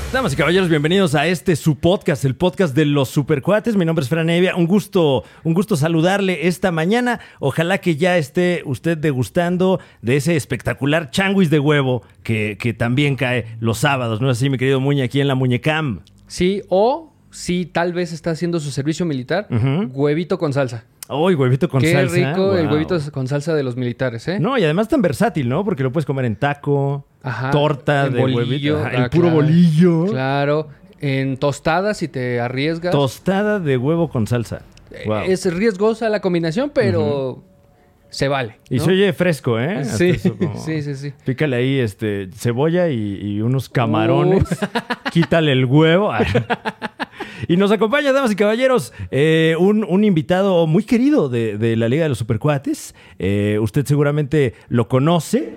Damas y caballeros, bienvenidos a su podcast, el podcast de los supercuates. Mi nombre es Fran Evia. Un gusto saludarle esta mañana. Ojalá que ya esté usted degustando de ese espectacular changuis de huevo que también cae los sábados, ¿no es así, mi querido Muñe, aquí en la Muñecam? Sí, o si tal vez está haciendo su servicio militar, huevito con salsa. ¡Uy, huevito con salsa! Qué rico el Wow. huevito con salsa de los militares, ¿eh? No, y además tan versátil, ¿no? Porque lo puedes comer en taco, torta en de bolillo, huevito, el puro claro, bolillo. Claro, en tostadas si te arriesgas. Tostada de huevo con salsa. Wow. Es riesgosa la combinación, pero se vale, ¿no? Y se oye fresco, ¿eh? Hasta Sí, eso como- sí. Pícale ahí cebolla y unos camarones. Quítale el huevo. Y nos acompaña, damas y caballeros, un invitado muy querido de la Liga de los Supercuates. Usted seguramente lo conoce.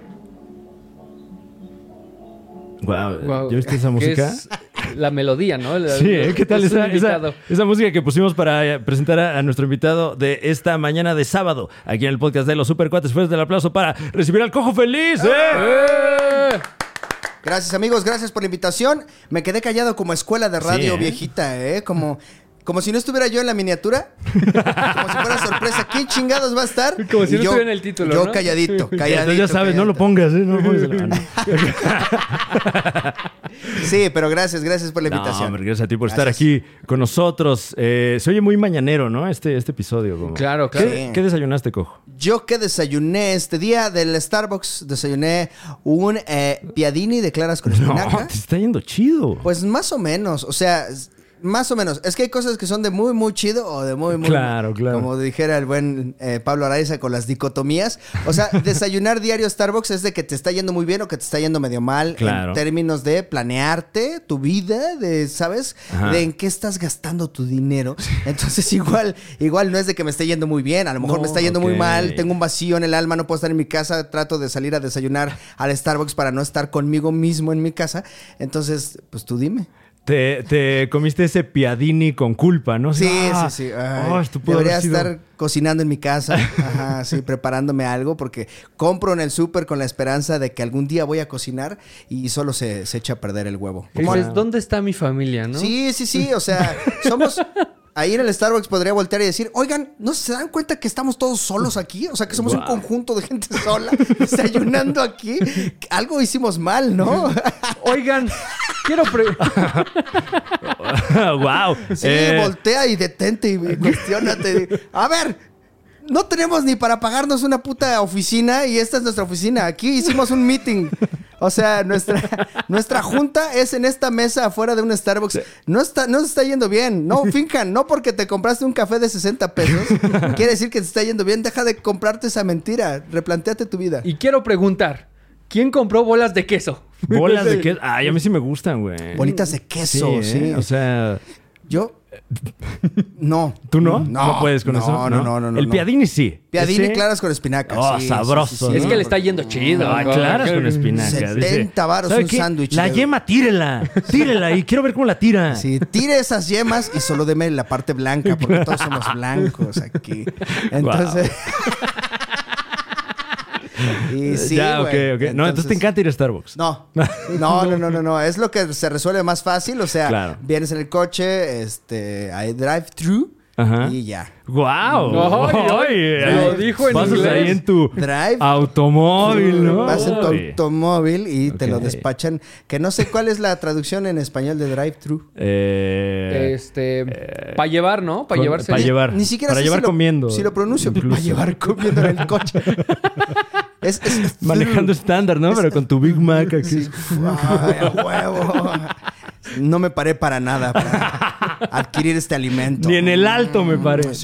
Wow. ¿Ya viste esa música? Es la melodía, ¿no? Sí, ¿qué tal es un esa invitado. música que pusimos para presentar a nuestro invitado de esta mañana de sábado, aquí en el podcast de los Supercuates? Fuerte el aplauso para recibir al Cojo Feliz. ¡Eh! Gracias, amigos, gracias por la invitación. Me quedé callado como escuela de radio viejita, Como si no estuviera yo en la miniatura. Como si fuera sorpresa. ¿Quién chingados va a estar? Como si Y no estuviera en el título, Yo ¿no? calladito. Entonces ya sabes, no lo pongas, no lo pongas en la mano. Sí, pero gracias por la No, invitación. hombre, gracias a ti por estar Gracias. aquí con nosotros. Se oye muy mañanero, ¿no? Este episodio. Como. Claro. ¿Qué desayunaste, Cojo? Yo que desayuné este día del Starbucks, desayuné un piadini de claras con espinaca. No, te está yendo chido. Pues más o menos, o sea, más o menos. Es que hay cosas que son de muy, muy chido o de muy, muy... Claro. Como dijera el buen Pablo Araiza con las dicotomías. O sea, desayunar diario Starbucks es de que te está yendo muy bien o que te está yendo medio mal. Claro. En términos de planearte tu vida, de, ¿sabes? Ajá. De en qué estás gastando tu dinero. Entonces igual no es de que me esté yendo muy bien. A lo mejor No, me está yendo muy ok. mal. Tengo un vacío en el alma, no puedo estar en mi casa. Trato de salir a desayunar al Starbucks para no estar conmigo mismo en mi casa. Entonces, pues tú dime. Te comiste ese piadini con culpa, ¿no? Sí. Ay, esto pudo Debería haber sido- estar cocinando en mi casa, ajá, sí, preparándome algo, porque compro en el súper con la esperanza de que algún día voy a cocinar y solo se echa a perder el huevo. Dices, ¿dónde está mi familia, no? Sí, o sea, somos... Ahí en el Starbucks podría voltear y decir, oigan, ¿no se dan cuenta que estamos todos solos aquí? O sea, que somos un conjunto de gente sola desayunando aquí. Algo hicimos mal, ¿no? Oigan, quiero... ¡Wow! Sí, voltea y detente y cuestiónate. A ver, no tenemos ni para pagarnos una puta oficina y esta es nuestra oficina. Aquí hicimos un meeting. O sea, nuestra junta es en esta mesa afuera de un Starbucks. No se está yendo bien. No finjan, no porque te compraste un café de 60 pesos. Quiere decir que te está yendo bien. Deja de comprarte esa mentira. Replantéate tu vida. Y quiero preguntar, ¿quién compró bolas de queso? Bolas de queso. Ay, a mí sí me gustan, güey. Bolitas de queso, sí. O sea, Yo... No. ¿tú no? ¿No puedes con eso? No. El piadini sí. Piadini Ese- claras con espinaca. Oh, sí, sabroso, sí, Es ¿no? que le está yendo chido. Ah, claras con espinaca. 70 varos ¿sabe un qué? sándwich La de- yema, tírela y quiero ver cómo la tira. Sí, tire esas yemas y solo deme la parte blanca, porque todos somos blancos aquí. Entonces. Y sí, ya, güey. ok. No, entonces te encanta ir a Starbucks. No. Es lo que se resuelve más fácil. O sea, Claro. vienes en el coche, hay drive-thru Ajá. y ya. ¡Guau! Lo dijo en pasas inglés. ahí en tu Drive. automóvil, ¿no? Vas en tu Uy. automóvil y te lo Ok. despachan. Que no sé cuál es la traducción en español de drive-thru. Para llevar, ¿no? Para llevarse. Para llevar. Ni siquiera para sé llevar si lo- comiendo. Si lo pronuncio, incluso. para llevar comiendo en el coche. es Manejando estándar, ¿no? Pero con tu Big Mac aquí. Sí. Ay, a huevo. No me paré para nada para adquirir este alimento. Ni en el alto me parece.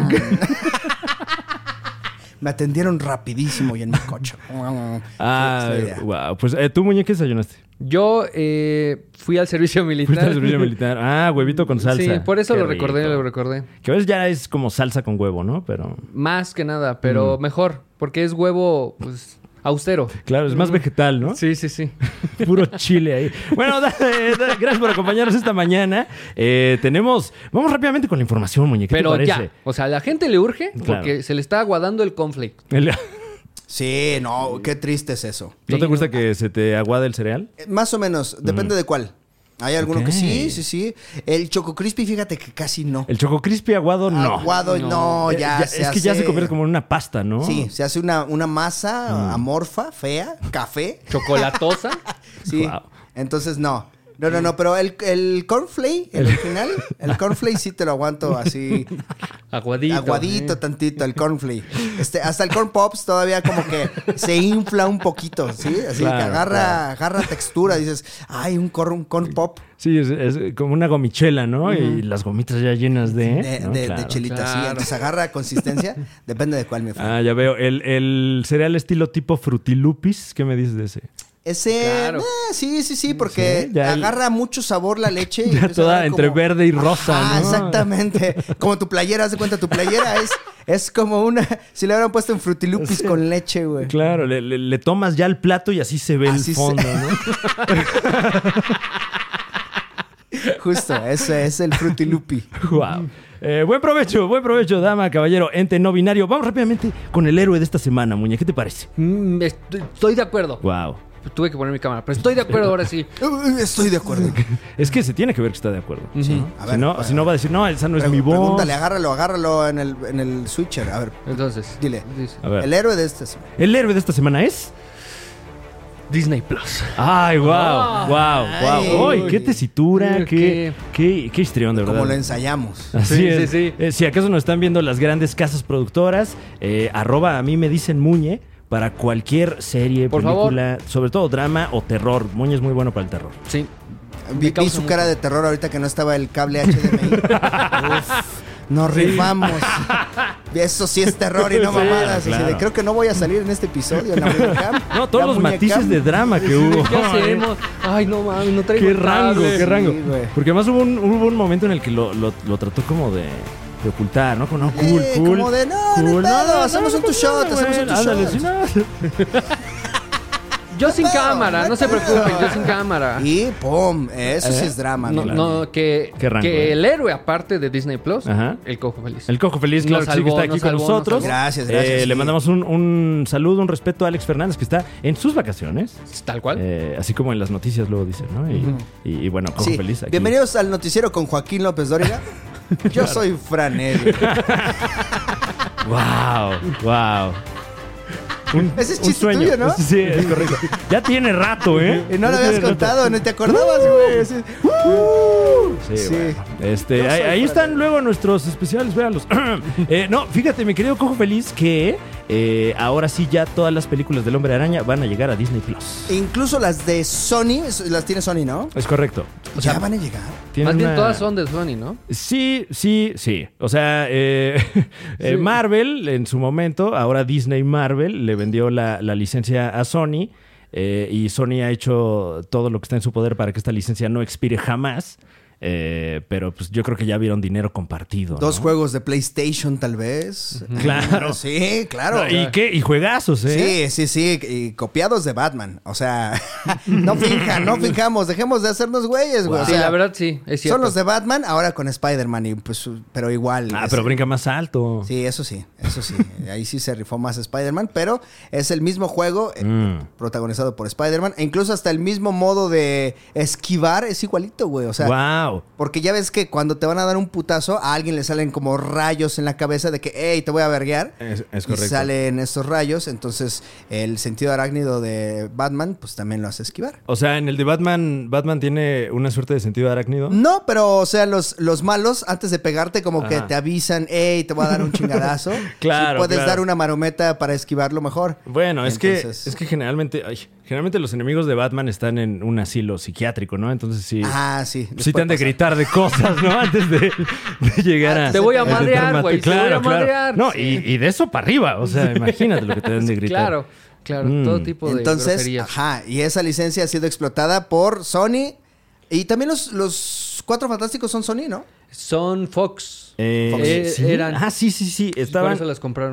Me atendieron rapidísimo y en mi coche. Wow. Pues tú, Muñe, ¿qué desayunaste? Yo fui al servicio militar. Fuiste al servicio militar. Ah, huevito con salsa. Sí, por eso Qué lo recordé, rico. lo recordé. Que a veces ya es como salsa con huevo, ¿no? Pero Más que nada, pero mejor. Porque es huevo, pues, austero. claro, es más vegetal, ¿no? Sí. Puro chile ahí. Bueno, gracias por acompañarnos esta mañana. Vamos rápidamente con la información, Muñe. ¿Qué Pero te parece? ya. O sea, a la gente le urge Claro. porque se le está aguadando el conflict. Sí, no, qué triste es eso. ¿No te gusta que se te aguade el cereal? Más o menos, depende de cuál. Hay alguno Ok. que sí. El Choco Crispy, fíjate que casi no. El Choco Crispy aguado, no. Aguado, no, ya Es que ya se convierte como en una pasta, ¿no? Sí, se hace una masa amorfa, fea, café. Chocolatosa. Sí. Wow. Entonces, no, pero el cornflake, el original, el cornflake sí te lo aguanto así, Aguadito. aguadito tantito, el cornflake. Hasta el corn pops todavía como que se infla un poquito, ¿sí? Así Claro, que agarra textura, dices, ay, un corn pop Sí, es como una gomichela, ¿no? Y las gomitas ya llenas de... ¿no? de Claro. chelita, sí. Claro. Entonces agarra consistencia, depende de cuál me fue. Ah, ya veo. El cereal estilo tipo Frutilupis, ¿qué me dices de ese? Ese, Claro. sí, porque Sí, ya agarra mucho sabor la leche. Y Ya empieza a toda agarrar entre como- verde y rosa, Ah, ¿no? exactamente. Como tu playera, haz de cuenta, tu playera es como una... Si le hubieran puesto en Frutilupis Sí. con leche, güey. Claro, le tomas ya el plato y así se ve Así el se- fondo, ¿no? Justo, ese es el Frutilupi. Wow. Buen provecho, dama, caballero, ente no binario. Vamos rápidamente con el héroe de esta semana, Muñe. ¿Qué te parece? Estoy de acuerdo. Wow. Tuve que poner mi cámara, pero estoy de acuerdo ahora sí. Estoy de acuerdo. Es que se tiene que ver que está de acuerdo. Sí. A ver, Si no va a decir, no, esa no es mi voz. Pregúntale, agárralo en el switcher. A ver, Entonces, dile. dice, A ver. El héroe de este semana. El héroe de esta semana es... Disney Plus. Ay, wow. Ay. ¡Ay, qué tesitura! Qué- ¡Qué histrión, de verdad! Como lo ensayamos. Así Sí, es. sí, sí. Si acaso nos están viendo las grandes casas productoras, arroba a mí me dicen Muñe para cualquier serie, Por película, sobre todo drama o terror. Muñe es muy bueno para el terror. Sí. Vi causa su mucho. cara de terror ahorita que no estaba el cable HDMI. Uf, nos rifamos. Eso sí es terror y no Sí, mamadas. Así claro. de, creo que no voy a salir en este episodio. En la muñecam. No, todos La los muñecam. matices de drama que hubo. ¿Qué hacemos? Ay, no mames, no traigo ¡Qué rango, cable. qué rango! Sí, güey. Porque además hubo un momento en el que lo trató como de ocultar, ¿no? Como, no, cool. Como de, no hay pedo, hacemos un pasa two-shot, nada, hacemos un güey, ándale, two-shot. sí, no. Yo sin pedo, cámara, no se pedo. preocupen, yo sin cámara. Y pum, eso sí es drama. No, amigo. no, que Qué rango, que el héroe aparte de Disney Plus, Ajá. el Cojo Feliz. El Cojo Feliz, claro Nos que sí, que salvó, está aquí nos con salvó, nosotros. nos salvó. Gracias, Le sí. mandamos un saludo, un respeto a Alex Fernández, que está en sus vacaciones. Tal cual. Así como en las noticias luego dicen, ¿no? Y bueno, Cojo Sí. Feliz aquí. Bienvenidos al noticiero con Joaquín López Dóriga. Yo soy Fran Evia. Wow. Ese es chiste tuyo, ¿no? Sí, es correcto. Ya tiene rato, ¿eh? Y no lo Ya habías tiene rato. contado, no te acordabas, güey. Así, Sí, Sí. bueno. Yo soy Ahí están Fran. luego nuestros especiales, véanlos. No, fíjate, mi querido Cojo Feliz, que ahora sí ya todas las películas del Hombre Araña van a llegar a Disney Plus. Incluso las de Sony, las tiene Sony, ¿no? Es correcto. Ya van a llegar. Tiene Más bien una- todas son de Sony, ¿no? Sí. O sea, Sí. Marvel en su momento, ahora Disney Marvel le vendió la licencia a Sony y Sony ha hecho todo lo que está en su poder para que esta licencia no expire jamás. Pero pues yo creo que ya vieron dinero compartido. Dos ¿no? juegos de PlayStation, tal vez. Claro. Sí, claro. ¿Y qué? Y juegazos, ¿eh? Sí. Y copiados de Batman. O sea, no finjamos. Dejemos de hacernos güeyes, güey. O Sí, sea, la verdad sí, es cierto. son los de Batman ahora con Spider-Man. Y pues, pero igual. Pero brinca más alto. Sí, eso sí. Ahí sí se rifó más Spider-Man, pero es el mismo juego protagonizado por Spider-Man. E incluso hasta el mismo modo de esquivar es igualito, güey. O sea, Wow. porque ya ves que cuando te van a dar un putazo, a alguien le salen como rayos en la cabeza de que, hey, te voy a verguear. Es Y correcto. salen estos rayos, entonces el sentido arácnido de Batman, pues también lo hace esquivar. O sea, en el de Batman tiene una suerte de sentido arácnido. No, pero, o sea, los malos, antes de pegarte, como que Ajá. te avisan, hey, te voy a dar un chingadazo. Claro, Y puedes claro. dar una marometa para esquivarlo mejor. Bueno, Entonces- es que generalmente los enemigos de Batman están en un asilo psiquiátrico, ¿no? Entonces sí. Ah, sí. Sí te han de gritar de cosas, ¿no? Antes de llegar a... Te voy a intentar madrear, matar. güey, te voy a madrear. No, Sí. y de eso para arriba. O sea, imagínate lo que te den de gritar. Claro, Mm. todo tipo de Entonces, groserías. ajá, y esa licencia ha sido explotada por Sony. Y también los Cuatro Fantásticos son Sony, ¿no? Son Fox. Sí. Eran. Ah, sí. Por Estaban... eso las compraron.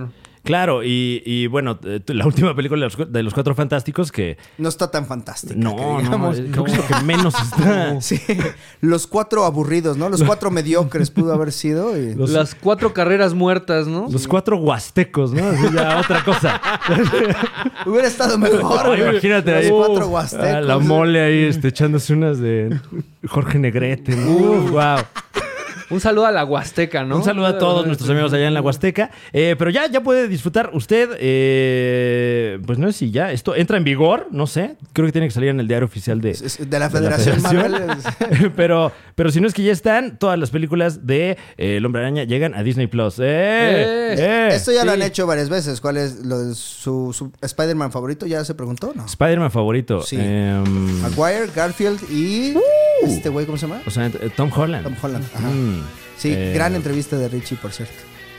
Claro, y bueno, la última película de los Cuatro Fantásticos que... No está tan fantástica. No, que digamos. creo que es lo que menos está. Sí, los 4 aburridos, ¿no? Los 4 mediocres pudo haber sido. Y... Las 4 carreras muertas, ¿no? Los 4 huastecos, ¿no? Así ya otra cosa. Hubiera estado mejor. Ay, imagínate ahí. Los 4 huastecos. La mole ahí echándose unas de Jorge Negrete, ¿no? Wow. Un saludo a la Huasteca, ¿no? Un saludo a todos nuestros amigos allá en la Huasteca. Pero ya puede disfrutar usted. Pues no sé si ya. Esto entra en vigor, no sé. Creo que tiene que salir en el diario oficial de la Federación Marvel. pero si no es que ya están, todas las películas de El Hombre Araña llegan a Disney Plus. Esto ya lo han Sí. hecho varias veces. ¿Cuál es su Spider-Man favorito? ¿Ya se preguntó? ¿No? Spider-Man favorito. Sí. Maguire, Garfield y... Este güey, ¿cómo se llama? O sea, Tom Holland. Tom Holland. Ajá. Sí, Eh, gran entrevista de Richie, por cierto.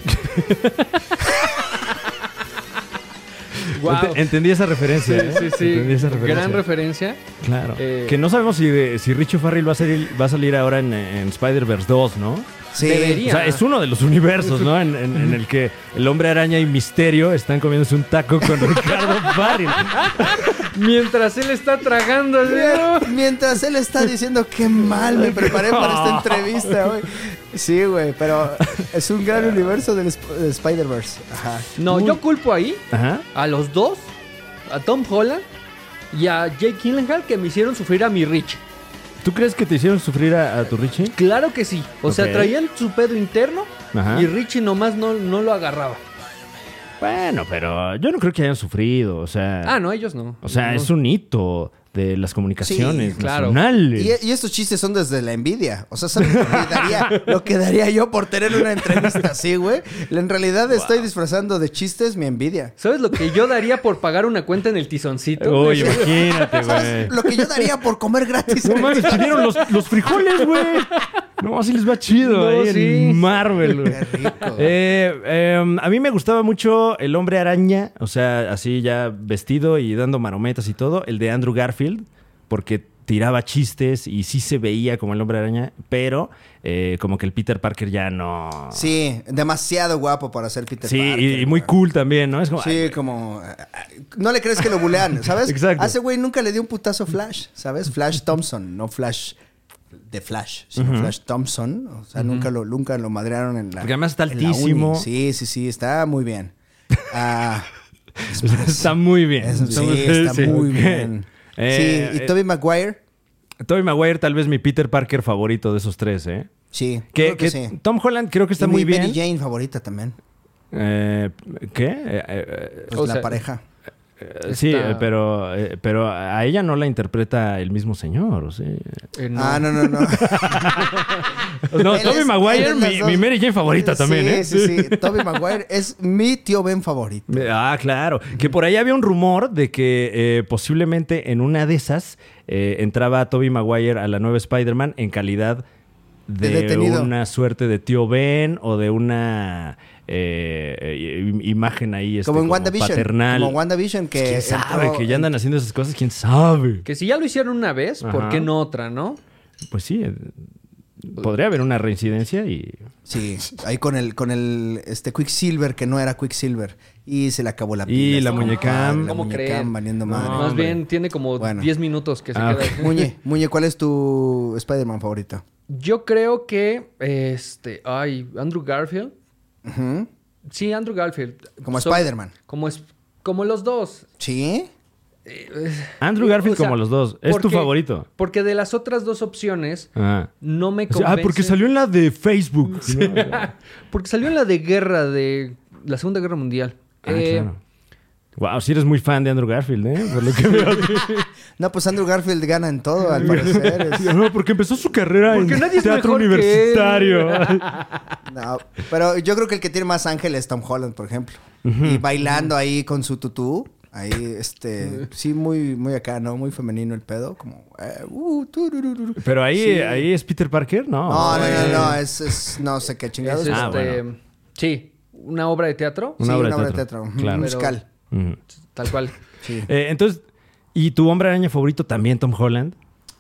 Guau. Entendí esa referencia. Sí, sí, sí. Entendí esa referencia. Gran referencia. Claro. Eh, Que no sabemos si Richo Farrell va a salir ahora en Spider-Verse 2, ¿no? Sí. Debería. O sea, es uno de los universos, ¿no? En el que el Hombre Araña y Misterio están comiéndose un taco con Ricardo Farrell. Mientras él está tragando, ¿no? Mientras él está diciendo qué mal me preparé para esta entrevista, güey. Sí, güey, pero es un gran universo del Spider-Verse. Ajá. No, yo culpo ahí Ajá. a los dos, a Tom Holland y a Jake Gyllenhaal, que me hicieron sufrir a mi Rich. ¿Tú crees que te hicieron sufrir a tu Richie? Claro que sí. O sea, Ok. traían su pedo interno Ajá. y Richie nomás no lo agarraba. Bueno, pero yo no creo que hayan sufrido, o sea... Ah, no, ellos no. O sea, No. es un hito de las comunicaciones Sí, claro. nacionales. Y estos chistes son desde la envidia. O sea, ¿sabes lo que daría yo por tener una entrevista así, güey? En realidad estoy disfrazando de chistes mi envidia. ¿Sabes lo que yo daría por pagar una cuenta en el tizoncito? Uy, imagínate, ¿Sabes güey. lo que yo daría por comer gratis? No mames, pidieron los frijoles, güey. No, así les va chido No, ahí sí. en Marvel, güey. Qué rico. A mí me gustaba mucho el Hombre Araña, o sea, así ya vestido y dando marometas y todo, el de Andrew Garfield, porque tiraba chistes y sí se veía como el Hombre Araña, pero como que el Peter Parker ya no... Sí, demasiado guapo para ser Peter Sí, Parker. y muy güey. cool también, ¿no? Es como... Sí, como... No le crees que lo bulean, ¿sabes? Exacto. A ese güey nunca le dio un putazo Flash, ¿sabes? Flash Thompson, no Flash de Flash, sino Flash Thompson. O sea, nunca lo madrearon en la... Porque además está en la altísimo. uni. Sí, está muy bien. Está muy bien. Está muy bien. Sí, y Tobey Maguire, Tobey Maguire tal vez mi Peter Parker favorito de esos tres, ¿eh? sí. Que creo que sí. Tom Holland creo que está Y muy mi bien. Mary Jane favorita también. ¿Qué? Pues O la sea, pareja. Sí, Está- pero a ella no la interpreta el mismo señor, ¿o sí? No. No, Él Tobey es- Maguire, él es las dos. mi Mary Jane favorita también, ¿eh? Sí. Tobey Maguire es mi tío Ben favorito. Ah, claro. Que por ahí había un rumor de que posiblemente en una de esas entraba Tobey Maguire a la nueva Spider-Man en calidad De de detenido. una suerte de tío Ben o de una imagen ahí Como en WandaVision. paternal. Como WandaVision que... ¿Quién sabe? entró Que ya en- andan haciendo esas cosas. ¿Quién sabe? Que si ya lo hicieron una vez, ¿por Ajá. qué no otra, no? Pues sí, podría haber una reincidencia y... Sí, ahí con el Quicksilver que no era Quicksilver. Y se le acabó la pila. Y la Está muñecam. como, ¿Cómo la creen? muñecam valiendo No, madre. Más hombre. bien tiene como Bueno. 10 minutos que se Ah, queda. ok. Muñe, ¿cuál es tu Spider-Man favorito? Yo creo que Andrew Garfield. Ujú. Sí, Andrew Garfield. Como So- Spider-Man. Como los dos. ¿Sí? Andrew Garfield O sea, como los dos. ¿Es tu porque- favorito? Porque de las otras dos opciones Ah. no me convence. Porque salió en la de Facebook. ¿no? Porque salió en la de guerra de la Segunda Guerra Mundial. Claro. Wow, sí eres muy fan de Andrew Garfield, ¿eh? Por lo que veo aquí. No, pues Andrew Garfield gana en todo, al parecer. No, porque empezó su carrera Porque en nadie es teatro mejor que universitario. No, pero yo creo que el que tiene más ángel es Tom Holland, por ejemplo. Y bailando ahí con su tutú. Ahí, sí, muy, muy acá, ¿no? Muy femenino el pedo. Como, turururu. Pero ahí, Sí. ahí es Peter Parker, ¿no? No, es no sé qué chingados. Es bueno. Sí, una obra de teatro. Sí, una obra de de teatro. teatro. Claro. Un musical. Ujú. Tal cual. Sí. Entonces, ¿y tu hombre araña favorito también, Tom Holland?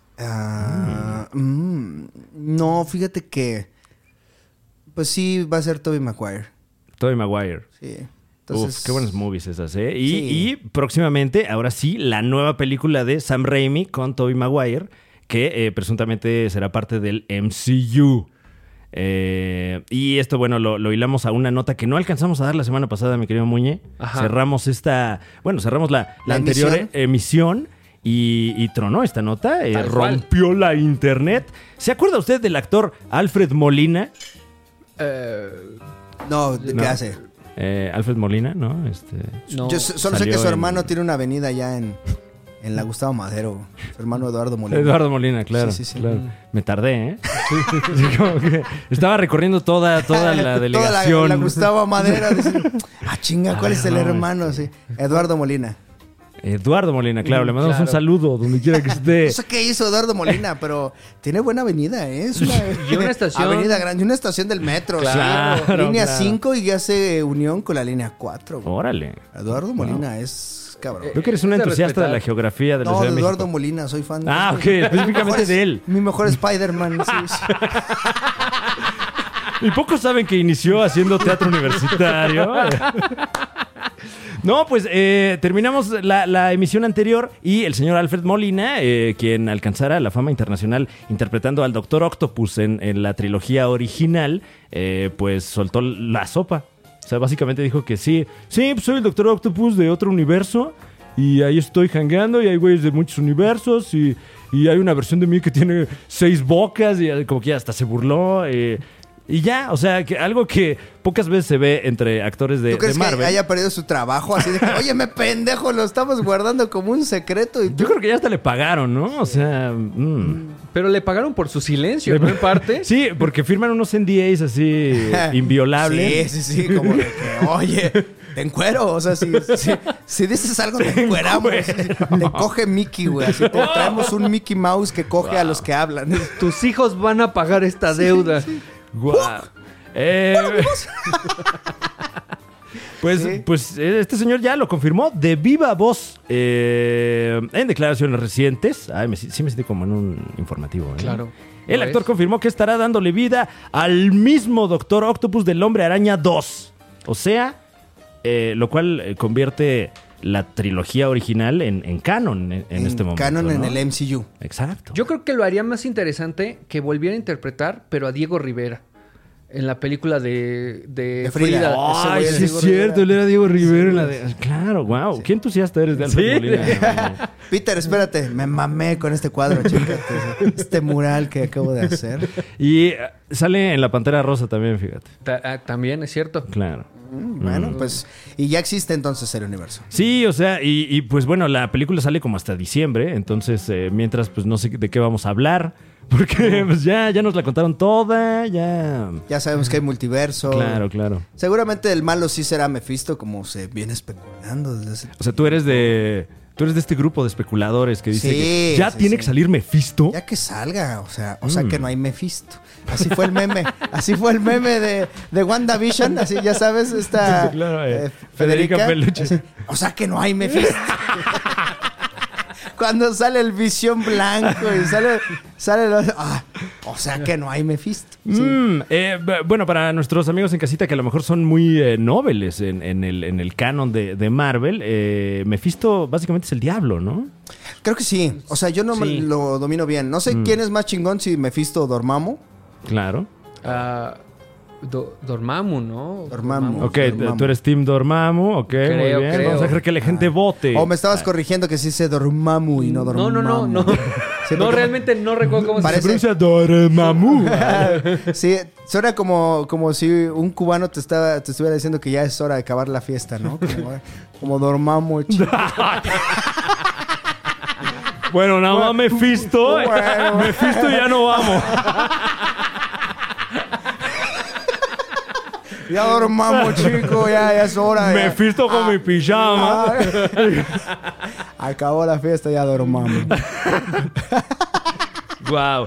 No, fíjate que... Pues sí, va a ser Tobey Maguire. Tobey Maguire. Sí. Entonces, Uf, qué buenas movies esas, ¿eh? Sí. Y próximamente, ahora sí, la nueva película de Sam Raimi con Tobey Maguire, que presuntamente será parte del MCU. Y esto, bueno, lo hilamos a una nota que no alcanzamos a dar la semana pasada, mi querido Muñe. Ajá. Cerramos la anterior emisión y tronó esta nota, Tal cual. rompió la internet. ¿Se acuerda usted del actor Alfred Molina? No, ¿qué hace? Alfred Molina, ¿no? No. Yo solo sé salió que su en- hermano tiene una avenida allá en la Gustavo Madero. Su hermano Eduardo Molina. Eduardo Molina, claro. Sí, sí, sí. claro. Me tardé, ¿eh? Sí, como que estaba recorriendo toda la delegación. Toda la Gustavo Madero. Dice, chinga, ¿cuál es el no, hermano? Sí. Eduardo Molina. Eduardo Molina, claro. Le mandamos un Claro. saludo donde quiera que esté. No sé qué hizo Eduardo Molina, pero tiene buena avenida, ¿eh? Es una, Y una estación. Avenida grande, una estación del metro. Claro, sí. Línea claro. 5 y hace unión con la línea 4. güey. Órale. Eduardo Molina es cabrón. Creo que eres un Es de entusiasta de respetar. la geografía de la No, Ciudad de de Eduardo México. Molina, soy fan. Ah, ok, Mi específicamente mejor de él. Mi mejor Spider-Man. Sí, sí. Y pocos saben que inició haciendo teatro universitario. No, pues terminamos la emisión anterior y el señor Alfred Molina, quien alcanzara la fama internacional interpretando al Doctor Octopus en la trilogía original, pues soltó la sopa. O sea, básicamente dijo que sí, pues soy el Doctor Octopus de otro universo y ahí estoy jangueando y hay güeyes de muchos universos y hay una versión de mí que tiene 6 bocas y como que hasta se burló. Y ya, o sea, que algo que pocas veces se ve entre actores de ¿Tú crees Marvel. que haya perdido su trabajo? Así de que, oye, me pendejo, lo estamos guardando como un secreto. Y tú... Yo creo que ya hasta le pagaron, ¿no? O sea... Pero le pagaron por su silencio, ¿no? En parte. Sí, porque firman unos NDAs así inviolables. Sí, como de que, oye, te encuero. O sea, si dices algo, te encueramos. Te coge Mickey, güey. Así te traemos un Mickey Mouse que coge a los que hablan. Tus hijos van a pagar esta deuda. Guau. Pues, Sí. pues este señor ya lo confirmó de viva voz en declaraciones recientes. Ay, sí me sentí como en un informativo. ¿eh? Claro. El ¿Lo actor es? confirmó que estará dándole vida al mismo Doctor Octopus del Hombre Araña 2. O sea, lo cual convierte la trilogía original en canon en este momento. Canon ¿no? en el MCU. Exacto. Yo creo que lo haría más interesante que volviera a interpretar, pero a Diego Rivera. En la película de Frida. Ese Ay, güey sí es es Diego cierto, Rivera. él era Diego Rivera en la de... Claro, wow. Qué entusiasta eres de Alfred Sí. Molina. Peter, espérate, me mamé con este cuadro, chécate. Este mural que acabo de hacer. Y sale en La Pantera Rosa también, fíjate. También es cierto. Claro. Bueno, pues, y ya existe entonces el universo. Sí, o sea, y pues bueno, la película sale como hasta diciembre, entonces mientras pues no sé de qué vamos a hablar, porque pues ya nos la contaron toda, ya... Ya sabemos que hay multiverso. Claro. Seguramente el malo sí será Mephisto, como se viene especulando desde hace... O sea, tú eres de este grupo de especuladores que dice Sí, que ya sí, tiene sí. que salir Mephisto. Ya que salga, o sea que no hay Mephisto. Así fue el meme. Así fue el meme de WandaVision. Así, ya sabes, esta... Sí, claro, Federica. Federica Peluche. Así, o sea que no hay Mephisto. Cuando sale el Visión blanco y sale los... o sea que no hay Mephisto. Sí. Bueno, para nuestros amigos en casita que a lo mejor son muy nobles en el canon de Marvel, Mephisto básicamente es el diablo, ¿no? Creo que sí. O sea, yo no Sí. lo domino bien. No sé quién es más chingón, si Mephisto o Dormammu. Claro. Dormammu, ¿no? Dormammu. Ok, Dormammu. tú eres Team Dormammu, ok, muy Creo, bien. creo. Vamos a dejar que la gente vote. O me estabas corrigiendo que sí dice Dormammu y no Dormammu. No. Sí, No, porque- realmente no recuerdo cómo Parece- Se pronuncia Dormammu. Sí, suena como si un cubano te estuviera diciendo que ya es hora de acabar la fiesta, ¿no? Como Dormammu. Bueno, nada más Mephisto. Bueno. Mephisto ya no vamos. Ya Dormammu, chico, ya es hora. ya. Mephisto con mi pijama. Acabó la fiesta, ya Dormammu. Wow.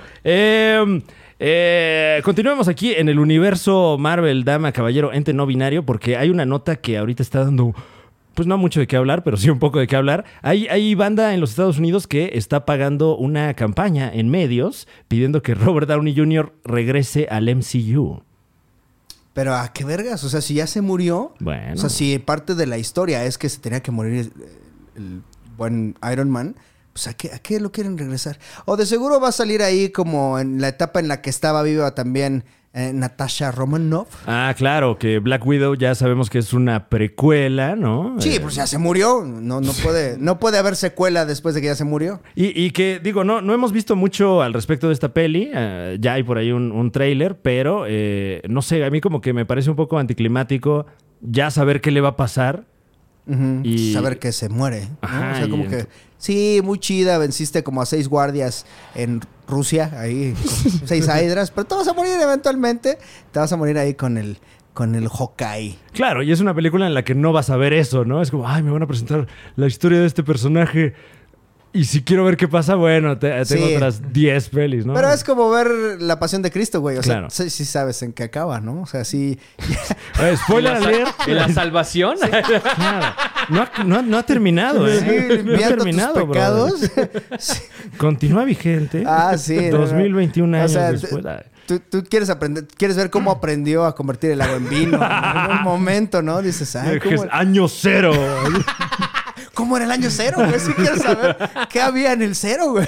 Continuemos aquí en el universo Marvel, dama, caballero, ente no binario, porque hay una nota que ahorita está dando, pues no mucho de qué hablar, pero sí un poco de qué hablar. Hay banda en los Estados Unidos que está pagando una campaña en medios pidiendo que Robert Downey Jr. regrese al MCU. Pero ¿a qué vergas? O sea, si ya se murió... Bueno. O sea, si parte de la historia es que se tenía que morir el buen Iron Man... Pues ¿a qué lo quieren regresar? O de seguro va a salir ahí como en la etapa en la que estaba viva también Natasha Romanoff. Ah, claro, que Black Widow ya sabemos que es una precuela, ¿no? Sí, pues ya se murió. No puede haber secuela después de que ya se murió. Y que, digo, no hemos visto mucho al respecto de esta peli. Ya hay por ahí un tráiler, pero no sé, a mí como que me parece un poco anticlimático ya saber qué le va a pasar. Uh-huh. Y saber que se muere, ¿no? Ajá, o sea, como que sí, muy chida, venciste como a 6 guardias en Rusia, ahí con 6 hydras, pero te vas a morir eventualmente, te vas a morir ahí con el Hawkeye. Claro, y es una película en la que no vas a ver eso, ¿no? Es como, ay, me van a presentar la historia de este personaje. Y si quiero ver qué pasa, bueno, tengo otras 10 pelis, ¿no? Pero es como ver La Pasión de Cristo, güey. O claro. sea, sí sabes en qué acaba, ¿no? O sea, sí... Spoiler alert. ¿En la salvación? Claro. No ha terminado, ¿eh? Sí, no ha terminado, tus pecados. Sí. Continúa vigente. Ah, sí. 2021 años o sea, después. Tú quieres aprender, quieres ver cómo aprendió a convertir el agua en vino. En algún momento, ¿no? Dices, ay, ¿cómo... Año cero. ¿Cómo era el año cero, güey? Sí quiero saber qué había en el cero, güey.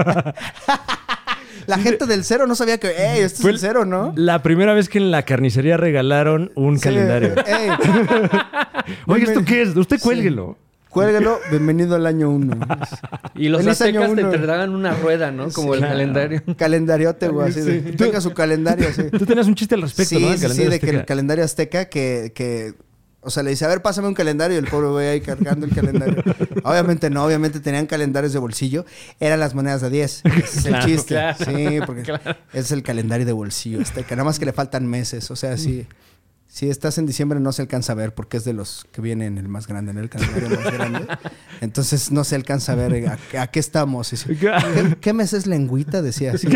La gente del cero no sabía que, este Fue es el cero, ¿no? La primera vez que en la carnicería regalaron un calendario. Oye, ¿esto qué es? Usted cuélguelo. Cuélguelo, bienvenido al año 1. Y los aztecas te entregaban una rueda, ¿no? Como el calendario. Calendariote, güey, así de... Tenga su calendario, así. Tú tenías un chiste al respecto, ¿no? Sí, de que el calendario azteca que... O sea, le dice, a ver, pásame un calendario. Y el pobre güey ahí cargando el calendario. Obviamente tenían calendarios de bolsillo. Eran las monedas de 10. Ese es el chiste. Claro. Sí, porque es el calendario de bolsillo azteca. Nada más que le faltan meses. O sea, sí. Si estás en diciembre no se alcanza a ver porque es de los que vienen el más grande, en el calendario más grande. Entonces no se alcanza a ver a qué estamos. ¿Qué mes es lengüita? Decía así.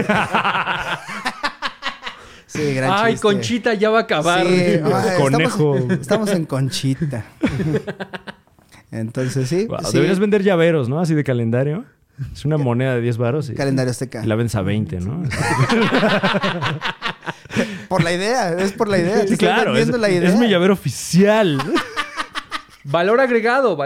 Sí, gran Ay, chiste. Conchita ya va a acabar. Sí, conejo. Estamos en Conchita. Entonces, sí, wow, sí. Deberías vender llaveros, ¿no? Así de calendario. Es una moneda de 10 varos. Calendario azteca. Y la vendes a 20, ¿no? Por la idea. Es por la idea. Sí, claro. Es mi llavero oficial. Valor agregado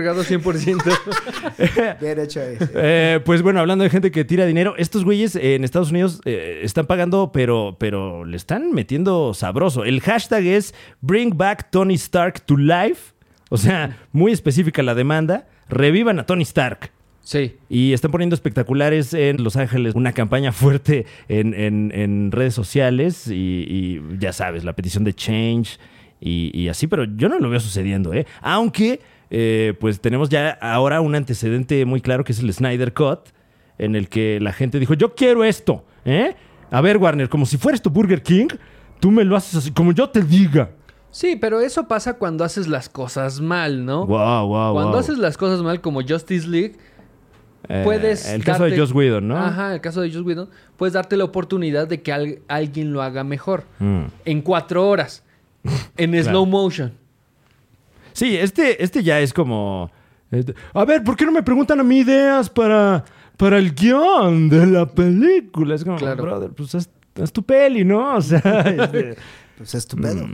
100%. Bien hecho ahí. Pues bueno, hablando de gente que tira dinero, estos güeyes en Estados Unidos están pagando, pero le están metiendo sabroso. El hashtag es Bring Back Tony Stark to Life. O sea, muy específica la demanda. Revivan a Tony Stark. Sí. Y están poniendo espectaculares en Los Ángeles, una campaña fuerte en redes sociales y ya sabes, la petición de Change y así, pero yo no lo veo sucediendo, ¿eh? Aunque, pues tenemos ya ahora un antecedente muy claro que es el Snyder Cut, en el que la gente dijo, yo quiero esto, ¿eh? A ver, Warner, como si fueras tu Burger King, tú me lo haces así, como yo te diga. Sí, pero eso pasa cuando haces las cosas mal, ¿no? Wow. Cuando haces las cosas mal, como Justice League, puedes el caso de Joss Whedon, ¿no? Ajá, el caso de Joss Whedon. Puedes darte la oportunidad de que alguien lo haga mejor. En 4 horas. En claro. Slow motion. Sí, este ya es como... a ver, ¿por qué no me preguntan a mí ideas para el guión de la película? Es como, claro. Brother, pues es tu peli, ¿no? O sea... pues es tu pedo.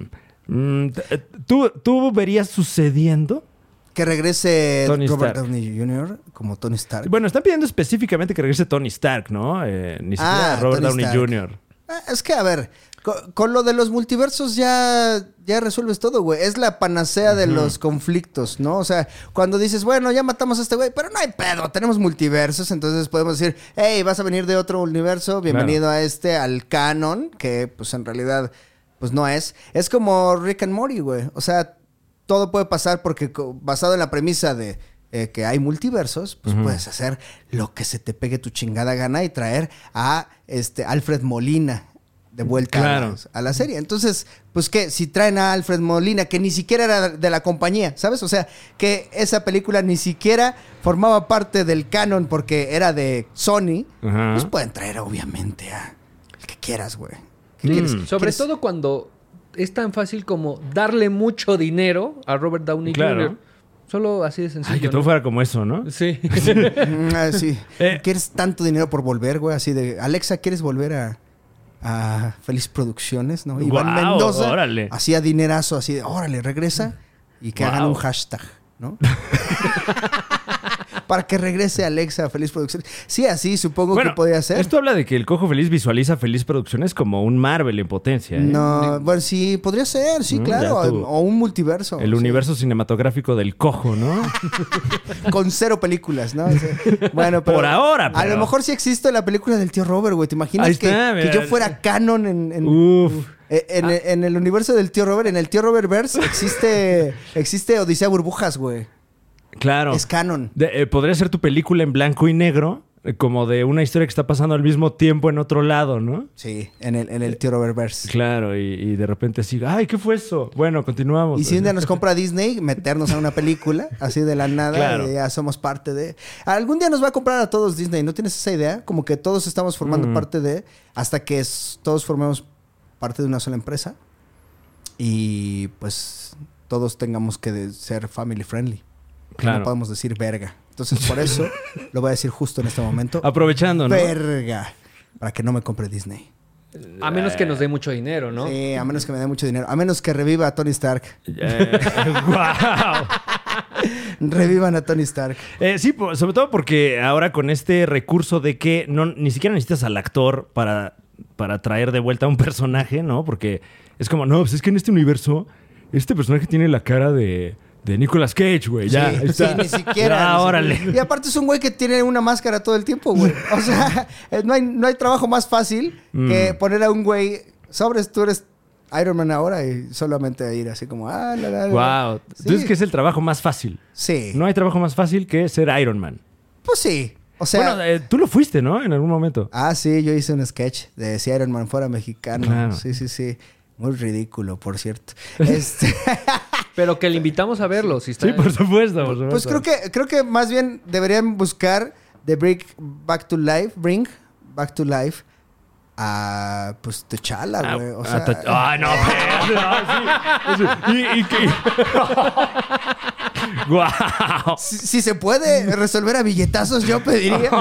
¿Tú verías sucediendo? Que regrese Tony Robert Stark. Downey Jr. como Tony Stark. Bueno, están pidiendo específicamente que regrese Tony Stark, ¿no? Ni siquiera Robert Tony Downey Stark. Jr. Es que, a ver, con lo de los multiversos ya resuelves todo, güey. Es la panacea de los conflictos, ¿no? O sea, cuando dices, bueno, ya matamos a este güey, pero no hay pedo, tenemos multiversos, entonces podemos decir, hey, vas a venir de otro universo, bienvenido a al canon, que pues en realidad pues no es. Es como Rick and Morty, güey. O sea, todo puede pasar porque basado en la premisa de que hay multiversos, pues puedes hacer lo que se te pegue tu chingada gana y traer a Alfred Molina de vuelta a la serie. Entonces, pues que si traen a Alfred Molina, que ni siquiera era de la compañía, ¿sabes? O sea, que esa película ni siquiera formaba parte del canon porque era de Sony, pues pueden traer obviamente a el que quieras, güey. Sobre todo cuando es tan fácil como darle mucho dinero a Robert Downey Jr. Solo así de sencillo. Ay, que todo fuera como eso, ¿no? Sí. Sí. ¿Quieres tanto dinero por volver, güey? Así de, Alexa, ¿quieres volver a a Feliz Producciones, ¿no? Guau, Iván Mendoza órale. hacía dinerazo así de, órale, regresa y que hagan un hashtag, ¿no? Para que regrese Alexa a Feliz Producciones. Sí, así supongo que podía ser. Esto habla de que el Cojo Feliz visualiza Feliz Producciones como un Marvel en potencia. No, bueno, sí, podría ser, sí, claro. O un multiverso. El universo cinematográfico del Cojo, ¿no? Con 0 películas, ¿no? O sea, bueno, pero... Por ahora, pero... A lo mejor sí existe la película del tío Robert, güey. ¿Te imaginas que yo fuera canon en el universo del tío Robert? En el tío Robert verse existe Odisea Burbujas, güey. Claro. Es canon. Podría ser tu película en blanco y negro, como de una historia que está pasando al mismo tiempo en otro lado, ¿no? Sí, en el tío Robert verse. Claro, y de repente así, ¡ay, qué fue eso! Bueno, continuamos. Y si un día nos compra Disney, meternos a una película, así de la nada, claro. Y ya somos parte de... Algún día nos va a comprar a todos Disney, ¿no tienes esa idea? Como que todos estamos formando parte de... Hasta que todos formemos parte de una sola empresa. Y pues todos tengamos que ser family friendly. Claro. No podemos decir verga. Entonces, por eso lo voy a decir justo en este momento. Aprovechando, ¿no? Verga. Para que no me compre Disney. A menos que nos dé mucho dinero, ¿no? Sí, a menos que me dé mucho dinero. A menos que reviva a Tony Stark. ¡Wow! Revivan a Tony Stark. Sí, sobre todo porque ahora con este recurso de que ni siquiera necesitas al actor para traer de vuelta a un personaje, ¿no? Porque es como, no, pues es que en este universo, este personaje tiene la cara de Nicolas Cage, güey. Ya, sí, está. Sí, ni siquiera. Ya, órale. Y aparte es un güey que tiene una máscara todo el tiempo, güey. O sea, no hay trabajo más fácil que poner a un güey, tú eres Iron Man ahora y solamente ir así como... Wow. Sí. Entonces, ¿qué es el trabajo más fácil? Sí. No hay trabajo más fácil que ser Iron Man. Pues sí. O sea... Bueno, tú lo fuiste, ¿no? En algún momento. Ah, sí. Yo hice un sketch de si Iron Man fuera mexicano. Claro. Sí. Muy ridículo, por cierto. Pero que le invitamos a verlo. Si está... Sí, por supuesto. Pues creo que más bien deberían buscar Bring Back to Life a pues T'Challa, güey. O sea... ¡Ay, no! ¡Guau! Si se puede resolver a billetazos, yo pediría.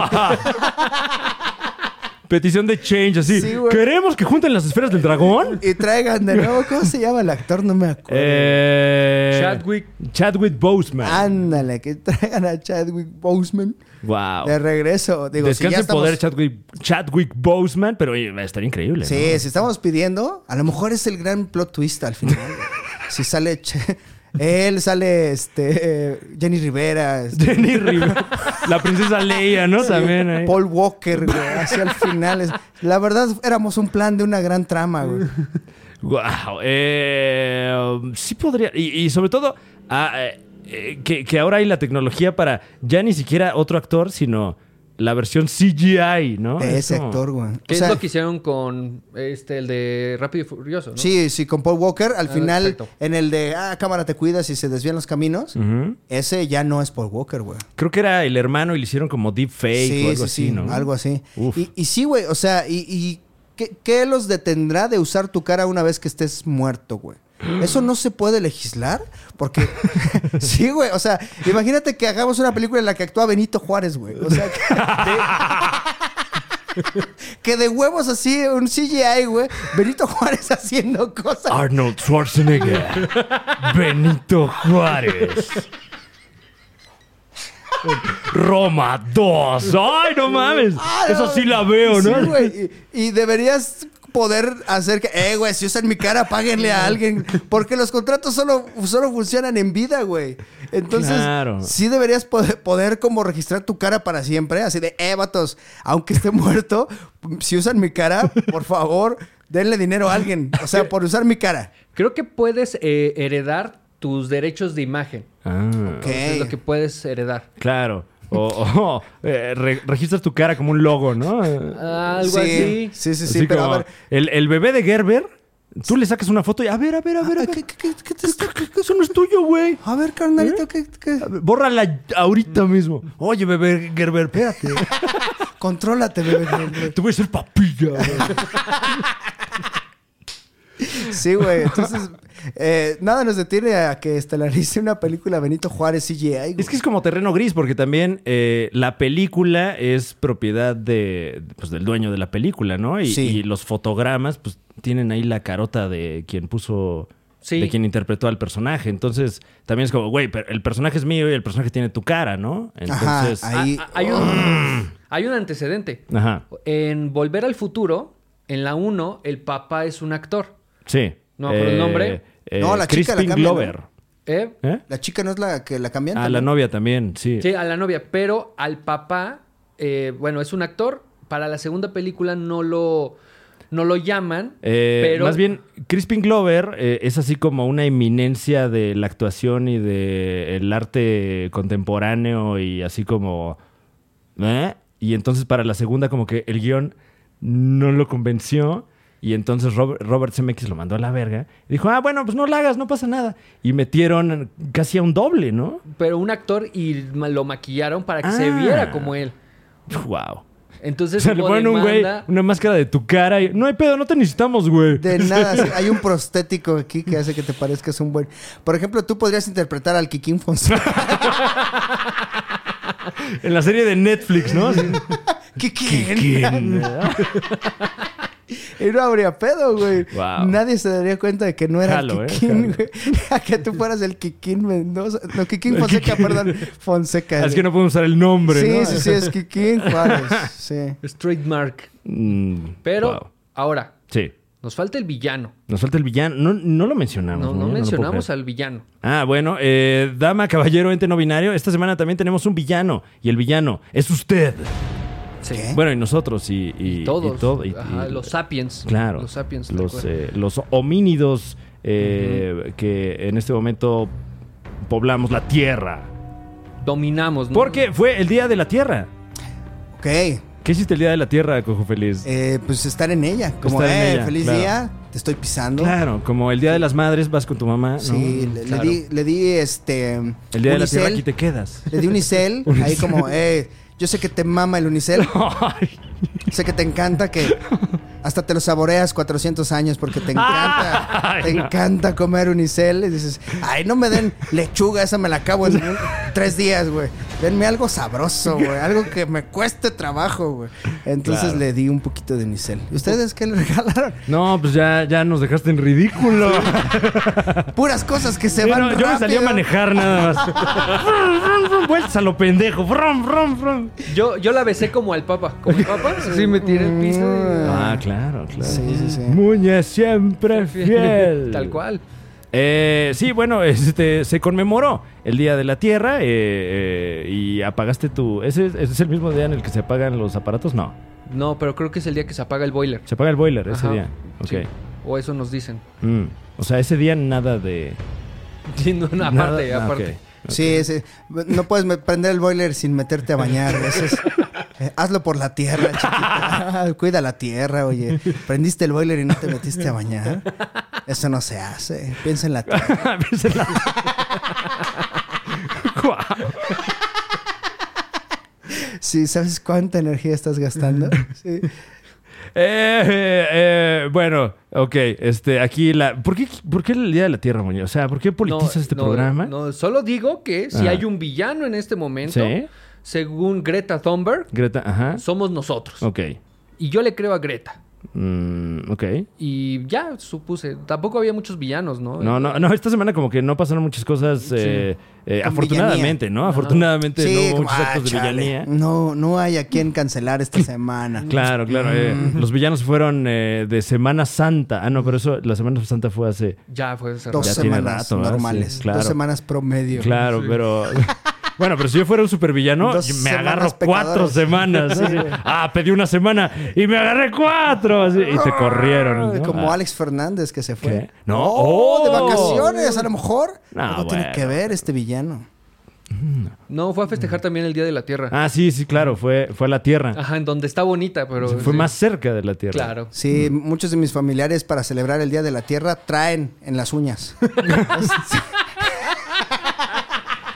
Petición de change, así. Sí, ¿queremos que junten las esferas del dragón? Y traigan de nuevo, ¿cómo se llama el actor? No me acuerdo. Chadwick Boseman. Ándale, que traigan a Chadwick Boseman. Wow. De regreso. Digo, descansa en poder Chadwick Boseman, pero oye, estaría increíble. Sí, ¿no? Si estamos pidiendo, a lo mejor es el gran plot twist al final. Si sale... Él sale, Jenny Rivera. Jenny Rivera. La princesa Leia, ¿no? Sí, también. Ahí. Paul Walker, güey. Hacia el final. La verdad, éramos un plan de una gran trama, güey. Wow. Sí podría. Y sobre todo, que ahora hay la tecnología para ya ni siquiera otro actor, sino la versión CGI, ¿no? De ese actor, güey. ¿Qué es lo que hicieron con el de Rápido y Furioso, no? Sí, con Paul Walker. Al final, perfecto. En el de, cámara, te cuidas y se desvían los caminos. Ese ya no es Paul Walker, güey. Creo que era el hermano y le hicieron como deepfake o algo así, ¿no? Algo así. Y sí, güey, o sea, ¿qué los detendrá de usar tu cara una vez que estés muerto, güey? ¿Eso no se puede legislar? Porque... sí, güey. O sea, imagínate que hagamos una película en la que actúa Benito Juárez, güey. O sea, que de huevos así, un CGI, güey. Benito Juárez haciendo cosas. Arnold Schwarzenegger. Benito Juárez. Roma 2. ¡Ay, no mames! Eso sí la veo, ¿no? Sí, güey. Y deberías... poder hacer que, güey, si usan mi cara, páguenle a alguien. Porque los contratos solo funcionan en vida, güey. Entonces, claro. Sí deberías poder como registrar tu cara para siempre. Así de, vatos, aunque esté muerto, si usan mi cara, por favor, denle dinero a alguien. O sea, por usar mi cara. Creo que puedes heredar tus derechos de imagen. Okay. Eso es lo que puedes heredar. Claro. Registras tu cara como un logo, ¿no? Algo así. Sí, pero a ver. El bebé de Gerber, tú le sacas una foto y a ver. ¿Qué eso no es tuyo, güey. A ver, carnalito, ¿qué? Bórrala ahorita mismo. Oye, bebé Gerber, espérate. Contrólate, bebé Gerber. Te voy a hacer papilla, güey. Sí, güey. Entonces, nada nos detiene a que estelarice una película Benito Juárez CGI, güey. Es que es como terreno gris, porque también la película es propiedad del dueño de la película, ¿no? Y los fotogramas, pues, tienen ahí la carota de quien puso... Sí. De quien interpretó al personaje. Entonces, también es como, güey, pero el personaje es mío y el personaje tiene tu cara, ¿no? Entonces... Ajá, ahí... Hay un antecedente. Ajá. En Volver al Futuro, en la 1, el papá es un actor. Sí. No me acuerdo el nombre. No, la chica la cambian, Glover. ¿no? La chica no es la que la cambian. A la novia también, sí. Sí, a la novia. Pero al papá, bueno, es un actor. Para la segunda película no lo llaman, pero... Más bien, Crispin Glover es así como una eminencia de la actuación y del arte contemporáneo y así como... Y entonces para la segunda como que el guión no lo convenció y entonces Robert Zemeckis lo mandó a la verga. Y dijo, bueno, pues no la hagas, no pasa nada. Y metieron casi a un doble, ¿no? Pero un actor y lo maquillaron para que se viera como él. Wow. Entonces, o sea, le ponen un güey, una máscara de tu cara y... No hay pedo, no te necesitamos, güey. De nada. Sí, hay un prostético aquí que hace que te parezcas un buen... Por ejemplo, tú podrías interpretar al Kikín Fonseca. En la serie de Netflix, ¿no? Kikín. Y no habría pedo, güey. Wow. Nadie se daría cuenta de que no era el Kikín, güey. A que tú fueras el Kikín Mendoza. No, Kikín Fonseca, perdón. Fonseca. Es que no podemos usar el nombre, sí, ¿no? Sí, es Kikín Juárez. Sí. Es trademark. Pero, ahora. Sí. Nos falta el villano. Nos falta el villano. No lo mencionamos. No mencionamos al villano. Bueno. Dama, caballero, ente no binario. Esta semana también tenemos un villano. Y el villano es usted. Sí. Bueno, y nosotros y todos. Los sapiens. Claro. Los sapiens. Los homínidos que en este momento poblamos la Tierra. Dominamos, ¿no? Porque fue el Día de la Tierra. Ok. ¿Qué hiciste el Día de la Tierra, Cojo Feliz? Pues estar en ella. Como, en ella, feliz día, te estoy pisando. Claro, como el Día de las Madres vas con tu mamá, ¿no? Sí, le di el Día de la Tierra aquí te quedas. Le di unicel, ahí como, yo sé que te mama el unicel. Sé que te encanta, que hasta te lo saboreas 400 años porque te encanta. Te encanta comer unicel. Y dices, no me den lechuga, esa me la acabo en 3 días, güey. Denme algo sabroso, güey. Algo que me cueste trabajo, güey. Entonces le di un poquito de unicel. ¿Y ustedes qué le regalaron? No, pues ya nos dejaste en ridículo. Puras cosas que se van rápido. Yo me salí a manejar nada más. Vueltas a lo pendejo. Yo la besé como al Papa. Como el Papa, así me tiré el piso. Claro. Sí. Muñe siempre fiel. Tal cual. Sí, bueno, se conmemoró el Día de la Tierra y apagaste tu... ¿Ese es el mismo día en el que se apagan los aparatos? No, pero creo que es el día que se apaga el boiler. Se apaga el boiler ese día. Ok. Sí. O eso nos dicen. O sea, ese día nada de... Sí, no, aparte. Okay. Sí. No puedes prender el boiler sin meterte a bañar. Eso es... hazlo por la tierra, chiquita. Cuida la tierra, oye. Prendiste el boiler y no te metiste a bañar. Eso no se hace. Piensa en la tierra. Sí, ¿sabes cuánta energía estás gastando? Sí. Bueno, ok. Aquí ¿Por qué el Día de la Tierra, Muñoz? O sea, ¿por qué politizas programa? No, solo digo que si hay un villano en este momento... ¿Sí? Según Greta Thunberg, somos nosotros. Ok. Y yo le creo a Greta. Ok. Y ya supuse. Tampoco había muchos villanos, ¿no? No. Esta semana como que no pasaron muchas cosas. Afortunadamente, villanía, ¿no? Afortunadamente no hubo muchos actos de villanía. No hay a quien cancelar esta semana. Claro. Los villanos fueron de Semana Santa. No, pero eso, la Semana Santa fue hace... Ya fue hace 2 semanas normales. Sí, claro. 2 semanas promedio. Claro, pero... Bueno, pero si yo fuera un supervillano, me agarro 4 semanas. Sí. Pedí una semana y me agarré 4. Así, y se corrieron, ¿no? Como Alex Fernández que se fue. ¿Qué? No, de vacaciones, a lo mejor. No, tiene que ver este villano. No, fue a festejar también el Día de la Tierra. Sí, claro, fue a la Tierra. Ajá, en donde está bonita, pero... Fue más cerca de la Tierra. Claro. Sí, muchos de mis familiares para celebrar el Día de la Tierra traen en las uñas.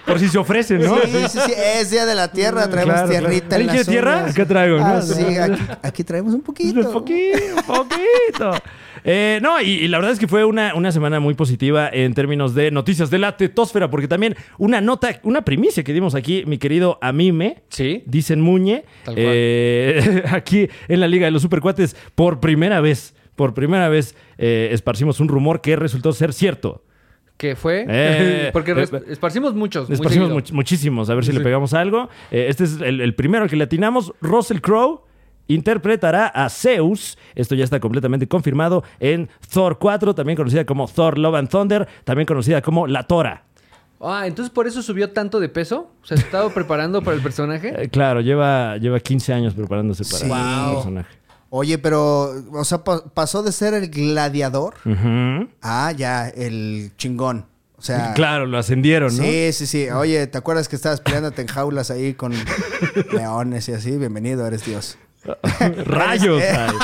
Por si se ofrecen, ¿no? Sí. Es Día de la Tierra. Traemos tierrita en las ¿Alguien quiere tierra? uñas. Acá traigo, ¿no? Sí, aquí traemos un poquito. Un poquito. No, y la verdad es que fue una semana muy positiva en términos de noticias de la tetósfera, porque también una primicia que dimos aquí, mi querido Amime, ¿Sí? dicen Muñe, aquí en la Liga de los Supercuates, por primera vez, esparcimos un rumor que resultó ser cierto. ¿Qué fue? Porque esparcimos muchos. Esparcimos muchísimos, a ver si le pegamos algo. Este es el primero al que le atinamos. Russell Crowe interpretará a Zeus. Esto ya está completamente confirmado en Thor 4, también conocida como Thor Love and Thunder, también conocida como La Tora. Entonces por eso subió tanto de peso. O sea, ¿se estaba preparando para el personaje? Claro, lleva 15 años preparándose para el personaje. Oye, pero, o sea, pasó de ser el gladiador a ya el chingón. O sea, claro, lo ascendieron, ¿no? Sí. Oye, ¿te acuerdas que estabas peleándote en jaulas ahí con leones y así? Bienvenido, eres Dios. Rayos.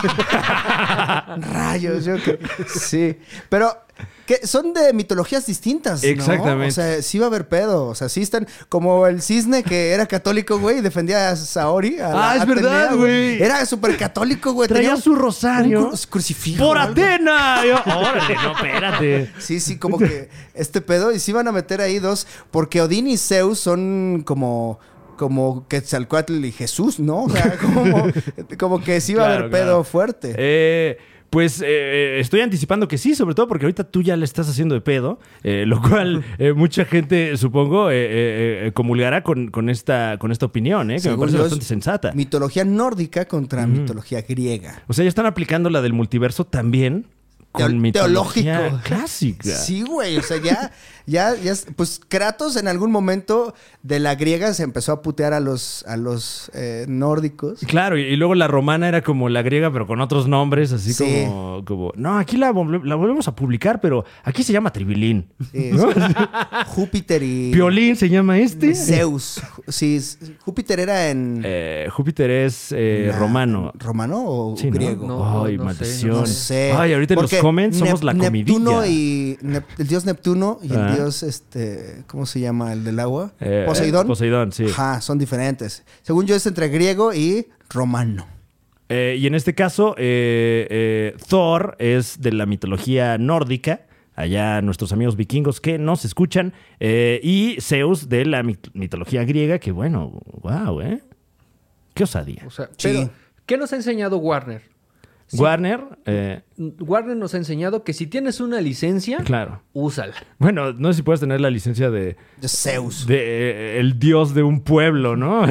Rayos, sí. Pero que son de mitologías distintas, ¿no? Exactamente. O sea, sí va a haber pedo. O sea, sí están como el cisne que era católico, güey, y defendía a Saori. Es verdad, güey. Era súper católico, güey. Traía su rosario. Un crucifijo. ¡Por Atena! Órale, no, espérate. Sí, como que este pedo. Y sí van a meter ahí dos, porque Odín y Zeus son como Quetzalcóatl y Jesús, ¿no? O sea, como que sí va a haber pedo fuerte. Pues estoy anticipando que sí, sobre todo porque ahorita tú ya le estás haciendo de pedo, lo cual mucha gente, supongo, comulgará con esta opinión, que me parece bastante sensata. Mitología nórdica contra mitología griega. O sea, ya están aplicando la del multiverso también con mitología teológico. Clásica. Sí, güey, o sea, ya, pues Kratos en algún momento de la griega se empezó a putear a los nórdicos. Claro, y luego la romana era como la griega, pero con otros nombres, así como no, aquí la volvemos a publicar, pero aquí se llama Tribilín. Sí, ¿no? Júpiter y... Piolín se llama este. Zeus. Sí, Júpiter era en... Júpiter es romano. ¿Romano o sí, griego? No, Ay, maldición. No sé. Ay, ahorita en los comments somos la comidilla. Neptuno y... el dios Neptuno y el dios, ¿cómo se llama? El del agua. Poseidón. Poseidón, sí. Ajá, son diferentes. Según yo es entre griego y romano. Y en este caso, Thor es de la mitología nórdica. Allá nuestros amigos vikingos que nos escuchan. Y Zeus de la mitología griega, que bueno, wow, qué osadía. O sea, pero, ¿qué nos ha enseñado Warner? Sí. Warner nos ha enseñado que si tienes una licencia, úsala. Bueno, no sé si puedes tener la licencia de Zeus. De el dios de un pueblo, ¿no?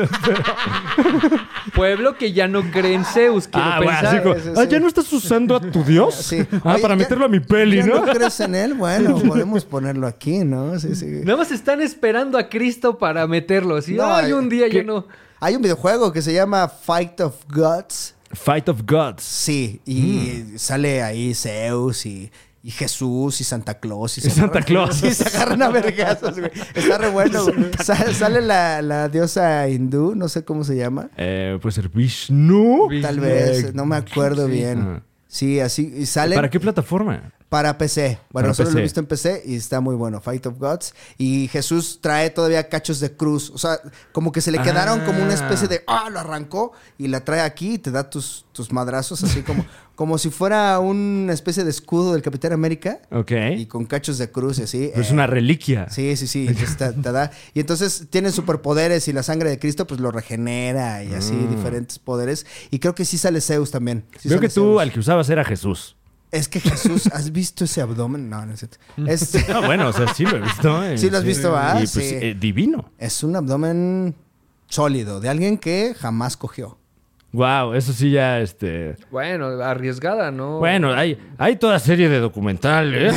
Pueblo que ya no cree en Zeus. ¿ya no estás usando a tu dios? Sí. Oye, para meterlo a mi peli, ¿ya ¿no? no crees en él? Bueno, podemos ponerlo aquí, ¿no? Sí. Nada más están esperando a Cristo para meterlo. Así, un día ya no... Hay un videojuego que se llama Fight of Gods. Fight of Gods. Sí, y sale ahí Zeus y Jesús y Santa Claus. Y Santa Claus. Y se agarran a vergazos, güey. Está re bueno, güey. Sale la diosa hindú, no sé cómo se llama. Puede ser Vishnu. Tal vez, no me acuerdo bien. Sí, así. Y sale... ¿Para qué plataforma? Para PC. Bueno, para solo PC. lo he visto en PC y está muy bueno. Fight of Gods. Y Jesús trae todavía cachos de cruz. O sea, como que se le quedaron como una especie de... lo arrancó y la trae aquí y te da tus madrazos así como si fuera una especie de escudo del Capitán América. Ok. Y con cachos de cruz y así. Es una reliquia. Sí. Entonces te da. Y entonces tiene superpoderes y la sangre de Cristo pues lo regenera y así diferentes poderes. Y creo que sí sale Zeus también. Sí. Veo que tú Zeus. Al que usabas era Jesús. Es que Jesús, ¿has visto ese abdomen? No es cierto. Bueno, o sea, sí lo he visto. Sí lo has visto, ¿ah? Y pues divino. Es un abdomen sólido, de alguien que jamás cogió. Wow, eso sí ya, Bueno, arriesgada, ¿no? Bueno, hay toda serie de documentales.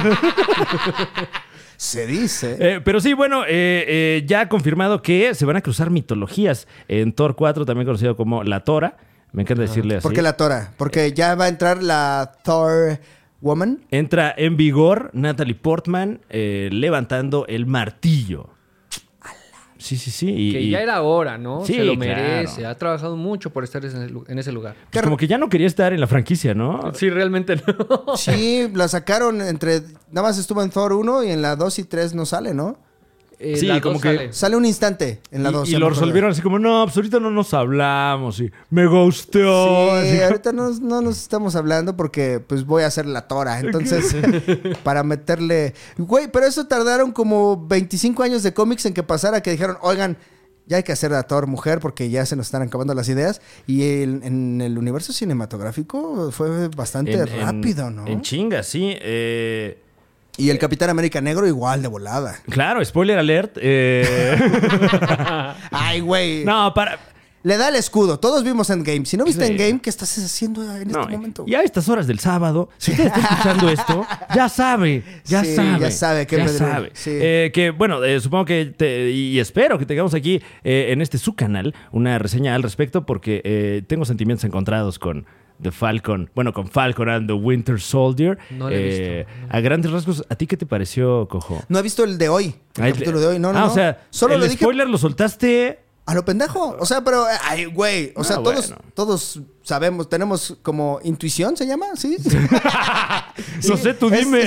Se dice. Pero sí, bueno, ya ha confirmado que se van a cruzar mitologías en Thor 4, también conocido como La Tora. Me encanta decirle así. ¿Por qué La Tora? Porque ya va a entrar la Thor Woman. Entra en vigor Natalie Portman levantando el martillo. Sí. Que ya era hora, ¿no? Sí, se lo merece. Claro. Ha trabajado mucho por estar en ese lugar. Pues como que ya no quería estar en la franquicia, ¿no? Sí, realmente no. Sí, la sacaron nada más estuvo en Thor 1 y en la 2 y 3 no sale, ¿no? Sí, la como dos que sale un instante en la 2. Y lo resolvieron así como, no, pues ahorita no nos hablamos. Y me gusteó. Sí, ahorita no nos estamos hablando porque pues voy a hacer la tora. Entonces, para meterle... Güey, pero eso tardaron como 25 años de cómics en que pasara, que dijeron, oigan, ya hay que hacer a Thor mujer porque ya se nos están acabando las ideas. Y en el universo cinematográfico fue bastante rápido, ¿no? En chinga, sí. Y el Capitán América negro igual de volada. Claro, spoiler alert. Ay, güey. No, para... Le da el escudo. Todos vimos Endgame. Si no viste Endgame, ¿qué estás haciendo en este momento? Y a estas horas del sábado, si usted está escuchando esto, ya sabe. Ya sabe. Sí. Que, bueno, supongo que y espero que tengamos aquí en su canal una reseña al respecto porque tengo sentimientos encontrados con The Falcon. Bueno, con Falcon and the Winter Soldier. No lo he visto. A grandes rasgos, ¿a ti qué te pareció, Cojo? No he visto el de hoy. El capítulo de hoy. No. O sea, solo el spoiler lo soltaste... A lo pendejo. O sea, pero... Ay, güey. O sea, todos sabemos, tenemos como intuición, ¿se llama? ¿Sí? No sé, tú dime.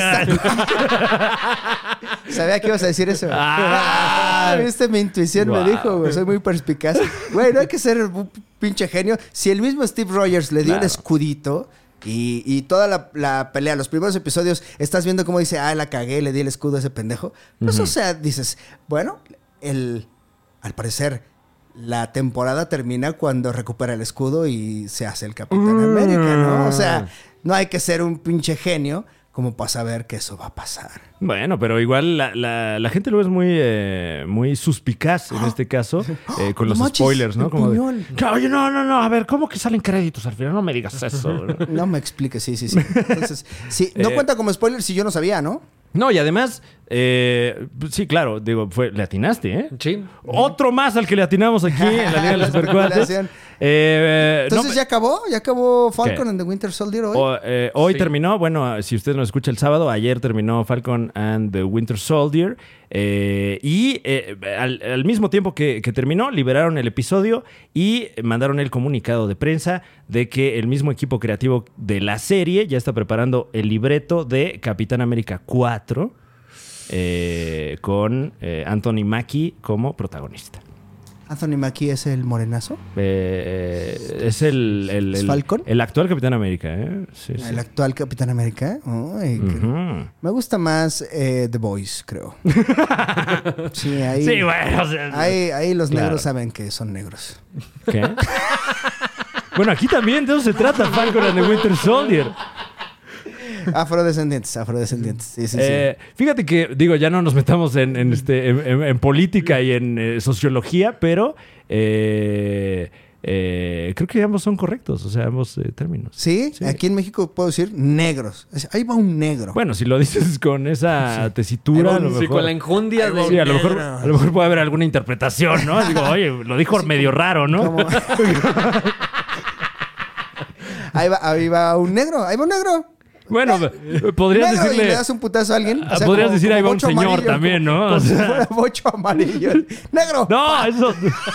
Sabía que ibas a decir eso. Viste, mi intuición me dijo, güey. Soy muy perspicaz. Güey, no hay que ser un pinche genio. Si el mismo Steve Rogers le dio el escudito... Y toda la pelea, los primeros episodios, estás viendo cómo dice, la cagué, le di el escudo a ese pendejo. Pues, o sea, dices, bueno, al parecer... La temporada termina cuando recupera el escudo y se hace el Capitán América, ¿no? O sea, no hay que ser un pinche genio como para saber que eso va a pasar. Bueno, pero igual la gente lo es muy suspicaz en este caso con los spoilers, ¿no? Como oye, no, a ver, ¿cómo que salen créditos al final? No me digas eso. No me expliques, sí. Entonces, sí, no cuenta como spoiler si yo no sabía, ¿no? No, y además, sí, claro, digo, le atinaste, ¿eh? Sí. Otro más al que le atinamos aquí en la Liga de los Supercuates. Entonces, ¿ya acabó? ¿Ya acabó Falcon and the Winter Soldier hoy? Hoy terminó, bueno, si usted nos escucha el sábado, ayer terminó Falcon and the Winter Soldier. Y al mismo tiempo que terminó, liberaron el episodio y mandaron el comunicado de prensa de que el mismo equipo creativo de la serie ya está preparando el libreto de Capitán América 4 con Anthony Mackie como protagonista. ¿Anthony Mackie es el morenazo? Es el ¿Falcon? El actual Capitán América, ¿eh? Sí. ¿El actual Capitán América? Me gusta más The Boys, creo. Sí, ahí... Sí, bueno. O sea, ahí los negros saben que son negros. ¿Qué? Bueno, aquí también de eso se trata Falcon and the Winter Soldier. Afrodescendientes. Sí. Fíjate que, digo, ya no nos metamos en política y en sociología, pero creo que ambos son correctos, o sea, ambos términos. ¿Sí? Aquí en México puedo decir negros. Ahí va un negro. Bueno, si lo dices con esa tesitura, a lo mejor... con la enjundia de... Sí, a lo mejor puede haber alguna interpretación, ¿no? Digo, oye, lo dijo medio raro, ¿no? Ahí va un negro. Bueno, podrías negro, decirle... y le das un putazo a alguien. O sea, podrías decir ahí va un señor amarillo, también, ¿no? Como si fuera bocho amarillo. ¡Negro! No, eso...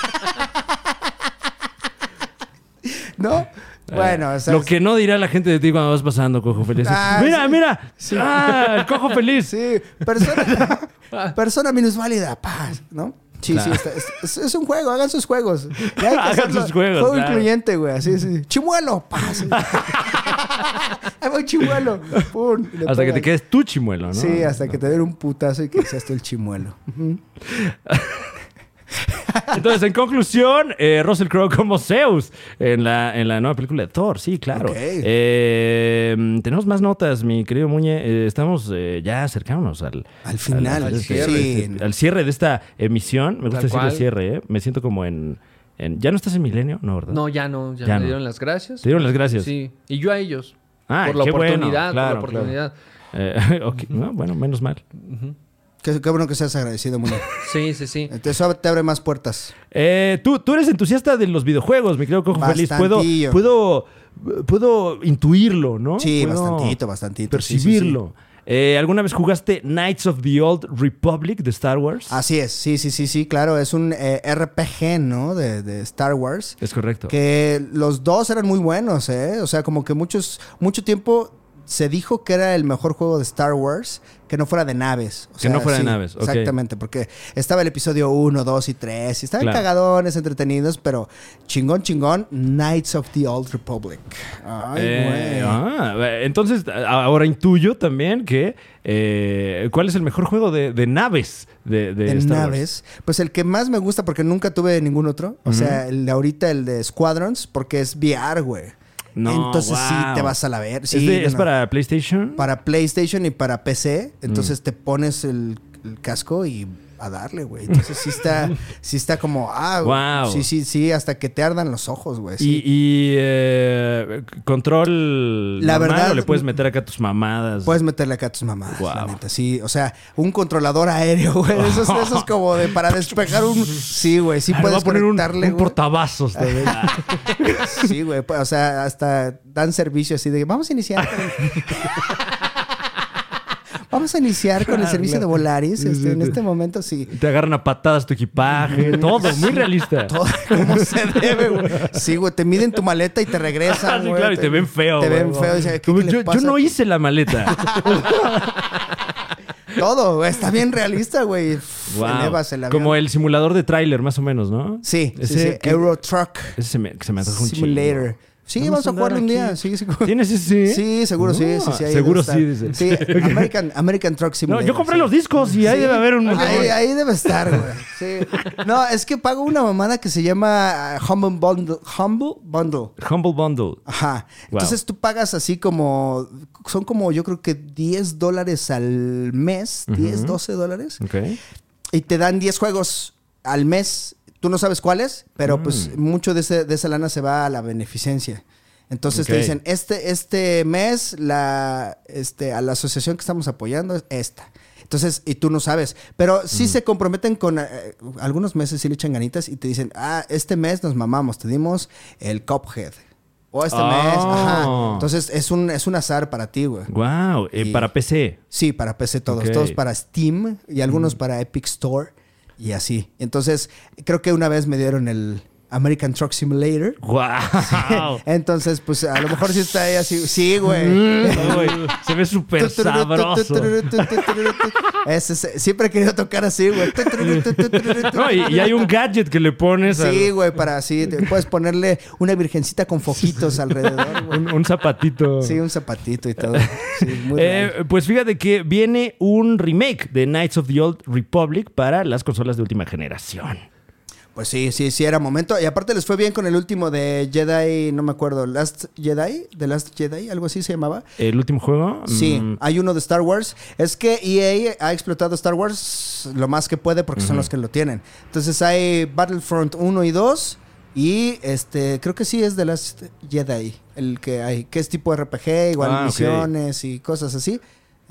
¿No? Bueno, o sea, lo que no dirá la gente de ti cuando vas pasando, Cojo Feliz. Mira. Sí. El Cojo Feliz. Sí, persona minusválida, paz, ¿no? Sí, claro. Sí, es un juego, hagan sus juegos. Hagan sus juegos. Juego incluyente, güey, así. Chimuelo, paz. Ahí va un chimuelo. Pum, hasta que te quedes tu chimuelo, ¿no? Sí, hasta que te den un putazo y que seas tú el chimuelo. Entonces, en conclusión, Russell Crowe como Zeus en la nueva película de Thor. Sí, claro. Okay. Tenemos más notas, mi querido Muñe. Estamos ya acercándonos al final. Al cierre de esta emisión. Me gusta decir el cierre, ¿eh? Me siento como en... ¿Ya no estás en Milenio? No, ¿verdad? No, ya no. Ya me dieron las gracias. ¿Te dieron las gracias? Sí. Y yo a ellos. Por la oportunidad. Claro, por la oportunidad. Claro. Okay. No, bueno, menos mal. Qué bueno que seas agradecido, Muñe. Sí. Eso te abre más puertas. Tú eres entusiasta de los videojuegos, mi querido Cojo Feliz. Puedo intuirlo, ¿no? Sí, bastantito. Percibirlo. Sí. ¿Alguna vez jugaste Knights of the Old Republic de Star Wars? Así es, sí, claro. Es un RPG, ¿no? De Star Wars. Es correcto. Que los dos eran muy buenos, ¿eh? O sea, como que mucho tiempo se dijo que era el mejor juego de Star Wars que no fuera de naves. O sea, que no fuera de naves, ok. Exactamente, porque estaba el episodio 1, 2 y 3, y estaban cagadones, entretenidos, pero chingón, Knights of the Old Republic. Ay, güey. Entonces, ahora intuyo también que ¿cuál es el mejor juego de naves de Star naves? Wars? Pues el que más me gusta, porque nunca tuve ningún otro. O sea, el de ahorita, el de Squadrons, porque es VR, güey. No, entonces sí te vas a la ver. Sí, ¿Es para PlayStation? Para PlayStation y para PC. Entonces te pones el casco y a darle, güey. Entonces sí está como, wow. Sí, hasta que te ardan los ojos, güey. Sí. Y control la normal, verdad, o le puedes meter acá tus mamadas. Puedes meterle acá tus mamadas, wow. La neta. Sí, o sea, un controlador aéreo, güey. Eso es como de para despejar un... Sí, güey, sí puedes conectarle, un portavasos. Sí, güey. O sea, hasta dan servicio así de, vamos a iniciar con el servicio de Volaris. En este momento sí. Te agarran a patadas tu equipaje, todo, muy realista. Todo como se debe, güey. Sí, güey, te miden tu maleta y te regresan, güey. Sí, claro, y te ven feo. Te ven feo. Dice, yo no hice la maleta. Todo, güey. Está bien realista, güey. Wow. Elevas el avión. Como el simulador de tráiler, más o menos, ¿no? Sí. Euro Truck. Ese se me antoja un Simulator. Sí, vamos a jugarlo un día. Sí. ¿Tienes ese? Sí, seguro sí. Seguro sí, dice. Sí, American Truck Simulator. No, yo compré los discos y ahí debe haber un... Ahí debe estar, güey. Sí. No, es que pago una mamada que se llama Humble Bundle. Humble Bundle. Ajá. Entonces tú pagas así como... Son como yo creo que $10 al mes. $10, $12. Ok. Y te dan 10 juegos al mes. Tú no sabes cuáles, pero pues mucho de esa lana se va a la beneficencia. Entonces te dicen, este mes a la asociación que estamos apoyando es esta. Entonces, y tú no sabes. Pero sí se comprometen con... algunos meses sí le echan ganitas y te dicen, este mes nos mamamos, te dimos el Cuphead. O este mes, ajá. Entonces es un azar para ti, güey. Wow, para PC. Sí, para PC todos. Okay. Todos para Steam y algunos para Epic Store. Y así. Entonces, creo que una vez me dieron el American Truck Simulator. ¡Wow! Sí. Entonces, pues a lo mejor sí está ahí así. Sí, güey. Se ve súper sabroso. Siempre he querido tocar así, güey. No, y hay un gadget que le pones. Sí, güey, para así. Puedes ponerle una virgencita con foquitos alrededor, güey. Un zapatito. Sí, un zapatito y todo. Sí, muy pues fíjate que viene un remake de Knights of the Old Republic para las consolas de última generación. Pues sí, era momento. Y aparte les fue bien con el último de Jedi, no me acuerdo, The Last Jedi, algo así se llamaba. ¿El último juego? Sí, hay uno de Star Wars. Es que EA ha explotado Star Wars lo más que puede porque son los que lo tienen. Entonces hay Battlefront 1 y 2 y creo que sí es The Last Jedi el que hay, que es tipo RPG, igual misiones y cosas así.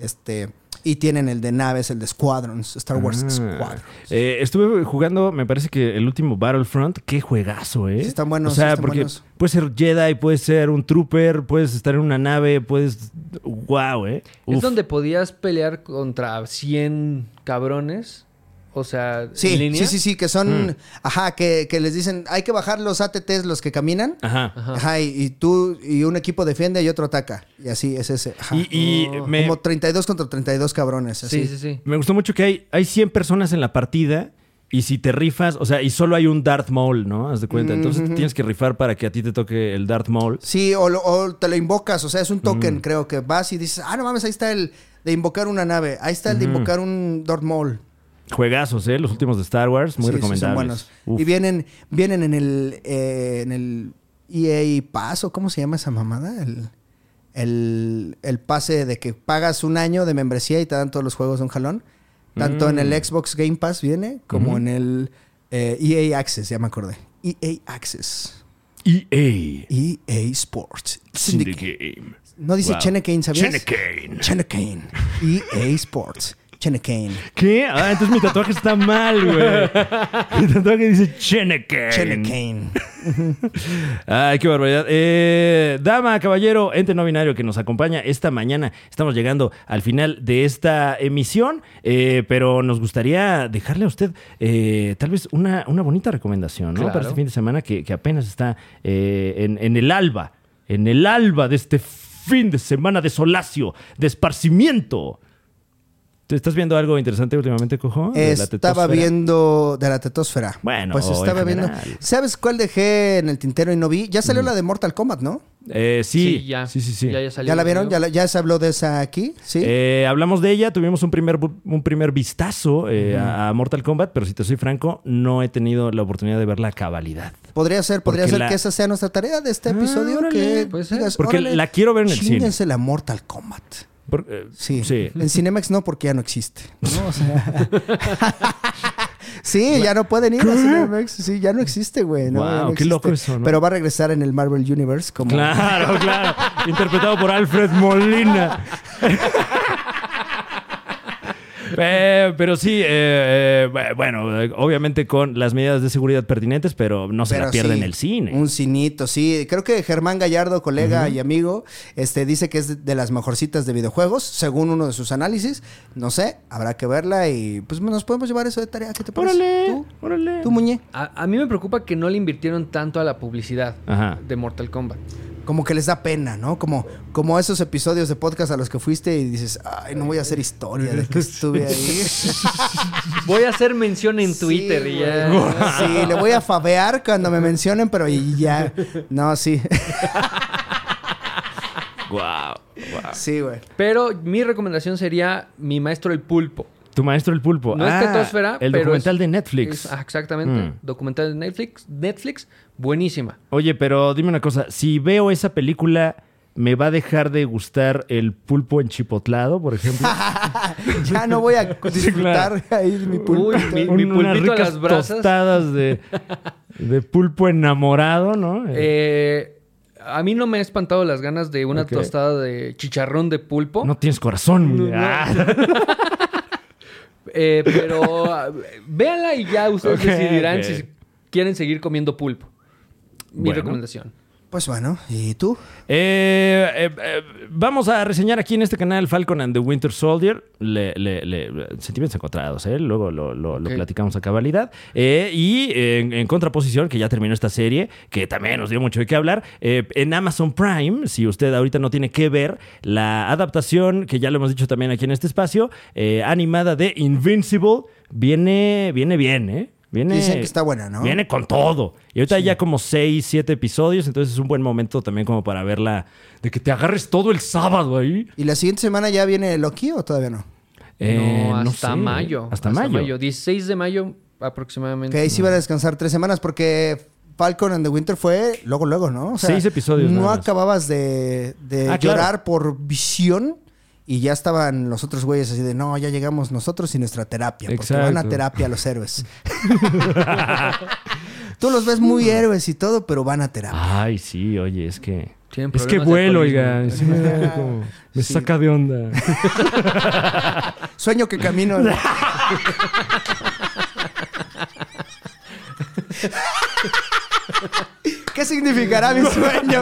Y tienen el de naves, el de Squadrons, Star Wars Squadrons. Estuve jugando, me parece que el último Battlefront. Qué juegazo, ¿eh? Sí, están buenos. O sea, porque puedes ser Jedi, puedes ser un Trooper, puedes estar en una nave, puedes... ¡Wow, eh! Es donde podías pelear contra 100 cabrones. O sea, sí, ¿en línea? Sí, que son... Ajá, que les dicen, hay que bajar los ATTs, los que caminan. Ajá, y tú y un equipo defiende y otro ataca. Y así es ese. Ajá. Como 32 contra 32 cabrones. Así. Sí. Me gustó mucho que hay 100 personas en la partida y si te rifas, o sea, y solo hay un Darth Maul, ¿no? Haz de cuenta. Entonces tienes que rifar para que a ti te toque el Darth Maul. Sí, o te lo invocas, o sea, es un token, creo que vas y dices, no mames, ahí está el de invocar una nave, ahí está el de invocar un Darth Maul. Juegazos, los últimos de Star Wars, muy recomendables. Sí, son buenos. Y vienen en el EA Pass, ¿o cómo se llama esa mamada? El pase de que pagas un año de membresía y te dan todos los juegos de un jalón. Tanto en el Xbox Game Pass viene, como en el EA Access, ya me acordé. EA Access. EA Sports. Syndicate. No dice Chenecane, ¿sabías? Chenecane. EA Sports. Chenecane. ¿Qué? Entonces mi tatuaje está mal, güey. Mi tatuaje dice Chenecane. Ay, qué barbaridad. Dama, caballero, ente no binario que nos acompaña esta mañana. Estamos llegando al final de esta emisión, pero nos gustaría dejarle a usted tal vez una bonita recomendación, ¿no? Claro. Para este fin de semana que apenas está en el alba de este fin de semana de solacio, de esparcimiento. ¿Te estás viendo algo interesante últimamente, Cojo? Estaba viendo de la tetosfera. Bueno, pues estaba viendo. ¿Sabes cuál dejé en el tintero y no vi? Ya salió la de Mortal Kombat, ¿no? Sí, ya. Sí. Ya salió. ¿Ya la vieron? ¿Ya se habló de esa aquí? Sí. Hablamos de ella, tuvimos un primer vistazo a Mortal Kombat, pero si te soy franco, no he tenido la oportunidad de ver la cabalidad. Podría ser que esa sea nuestra tarea de este episodio. Órale, que digas, porque órale, la quiero ver en el cine. Chínguense la Mortal Kombat. Sí. En Cinemex no, porque ya no existe, ¿no? O sea... sí, ya no pueden ir a Cinemex. Sí, ya no existe, güey. No, wow, no qué loco eso, ¿no? Pero va a regresar en el Marvel Universe como... Claro. Interpretado por Alfred Molina. Pero sí, bueno, obviamente con las medidas de seguridad pertinentes, pero no se la pierde en el cine. Un cinito, sí. Creo que Germán Gallardo, colega y amigo, dice que es de las mejorcitas de videojuegos, según uno de sus análisis. No sé, habrá que verla y pues nos podemos llevar eso de tarea. ¿Qué te parece? Órale. ¿Tú, Muñe? A mí me preocupa que no le invirtieron tanto a la publicidad de Mortal Kombat. Como que les da pena, ¿no? Como esos episodios de podcast a los que fuiste y dices, ay, no voy a hacer historia de que estuve ahí. Voy a hacer mención en Twitter y ya. Sí, le voy a favear cuando me mencionen, pero ya. No, sí. Wow. Sí, güey. Pero mi recomendación sería Mi Maestro el Pulpo. Tu Maestro el Pulpo. No es tetosfera, el pero documental de Netflix. Exactamente. Documental de Netflix, buenísima. Oye, pero dime una cosa. Si veo esa película, ¿me va a dejar de gustar el pulpo enchipotlado, por ejemplo? Ya no voy a disfrutar ahí mi pulpo. Uy, mi pulpito a las brasas. Tostadas de pulpo enamorado, ¿no? A mí no me ha espantado las ganas de una tostada de chicharrón de pulpo. No tienes corazón. Pero véanla y ya ustedes decidirán si quieren seguir comiendo pulpo. Mi recomendación. Pues bueno, ¿y tú? Vamos a reseñar aquí en este canal Falcon and the Winter Soldier. Sentimientos encontrados, luego lo platicamos a cabalidad. Y en contraposición, que ya terminó esta serie, que también nos dio mucho de qué hablar, en Amazon Prime, si usted ahorita no tiene que ver, la adaptación, que ya lo hemos dicho también aquí en este espacio, animada de Invincible, viene bien, Dicen que está buena, ¿no? Viene con todo. Y ahorita ya como 6, 7 episodios, entonces es un buen momento también como para verla, de que te agarres todo el sábado ahí. ¿Y la siguiente semana ya viene Loki o todavía no? Hasta mayo. Hasta mayo. 16 de mayo aproximadamente. Que ahí sí van a descansar 3 semanas porque Falcon and the Winter fue luego, ¿no? O sea, 6 episodios. No acababas de llorar por Visión. Y ya estaban los otros güeyes así de, no, ya llegamos nosotros y nuestra terapia. Porque van a terapia los héroes. Tú los ves muy héroes y todo, pero van a terapia. Ay, sí, oye, es que vuelo, oiga. Sí, me saca de onda. Sueño que camino. ¿Qué significará mi sueño?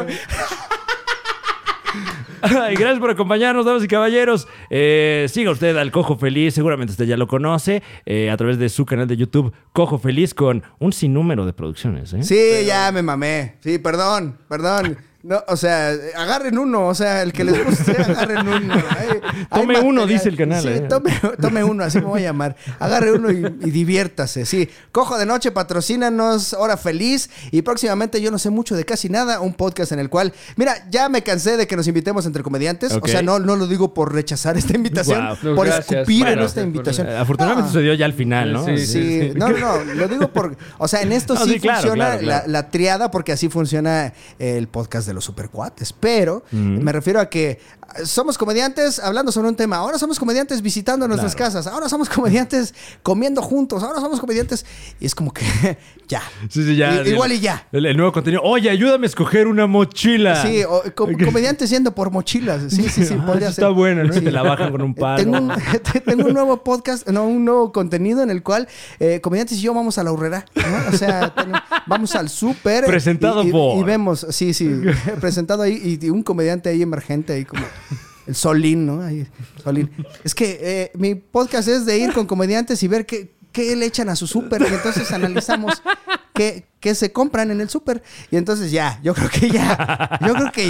Ay, gracias por acompañarnos, damas y caballeros. Siga usted al Cojo Feliz, seguramente usted ya lo conoce, a través de su canal de YouTube, Cojo Feliz, con un sinnúmero de producciones. Sí, ya me mamé. Sí, perdón. No, o sea, agarren uno, o sea, el que les guste, agarren uno. Tome uno, dice el canal. Sí, tome uno, así me voy a llamar. Agarre uno y diviértase, sí. Cojo de Noche, patrocínanos, Hora Feliz. Y próximamente, yo no sé mucho de casi nada, un podcast en el cual, mira, ya me cansé de que nos invitemos entre comediantes. Okay. O sea, no lo digo por rechazar esta invitación, por escupir en esta invitación. Afortunadamente sucedió ya al final, ¿no? Sí. No, lo digo por... O sea, en esto sí funciona claro. La triada, porque así funciona el podcast de los supercuates, pero me refiero a que somos comediantes hablando sobre un tema, ahora somos comediantes visitando nuestras casas, ahora somos comediantes comiendo juntos, ahora somos comediantes y es como que ya. Sí, ya. Igual y ya. El nuevo contenido. Oye, ayúdame a escoger una mochila. Sí, comediantes yendo por mochilas. Sí, podría ser. Está bueno, ¿no? Sí. Te la bajan con un palo. Tengo un nuevo podcast, un nuevo contenido en el cual comediantes y yo vamos a la Urrera, ¿no? O sea, vamos al súper. Presentado por... Y vemos, sí, presentado ahí y un comediante ahí emergente ahí como... El Solín, ¿no? Ahí, Solín. Es que mi podcast es de ir con comediantes y ver qué le echan a su súper. Y entonces analizamos qué se compran en el súper. Y entonces yo creo que ya.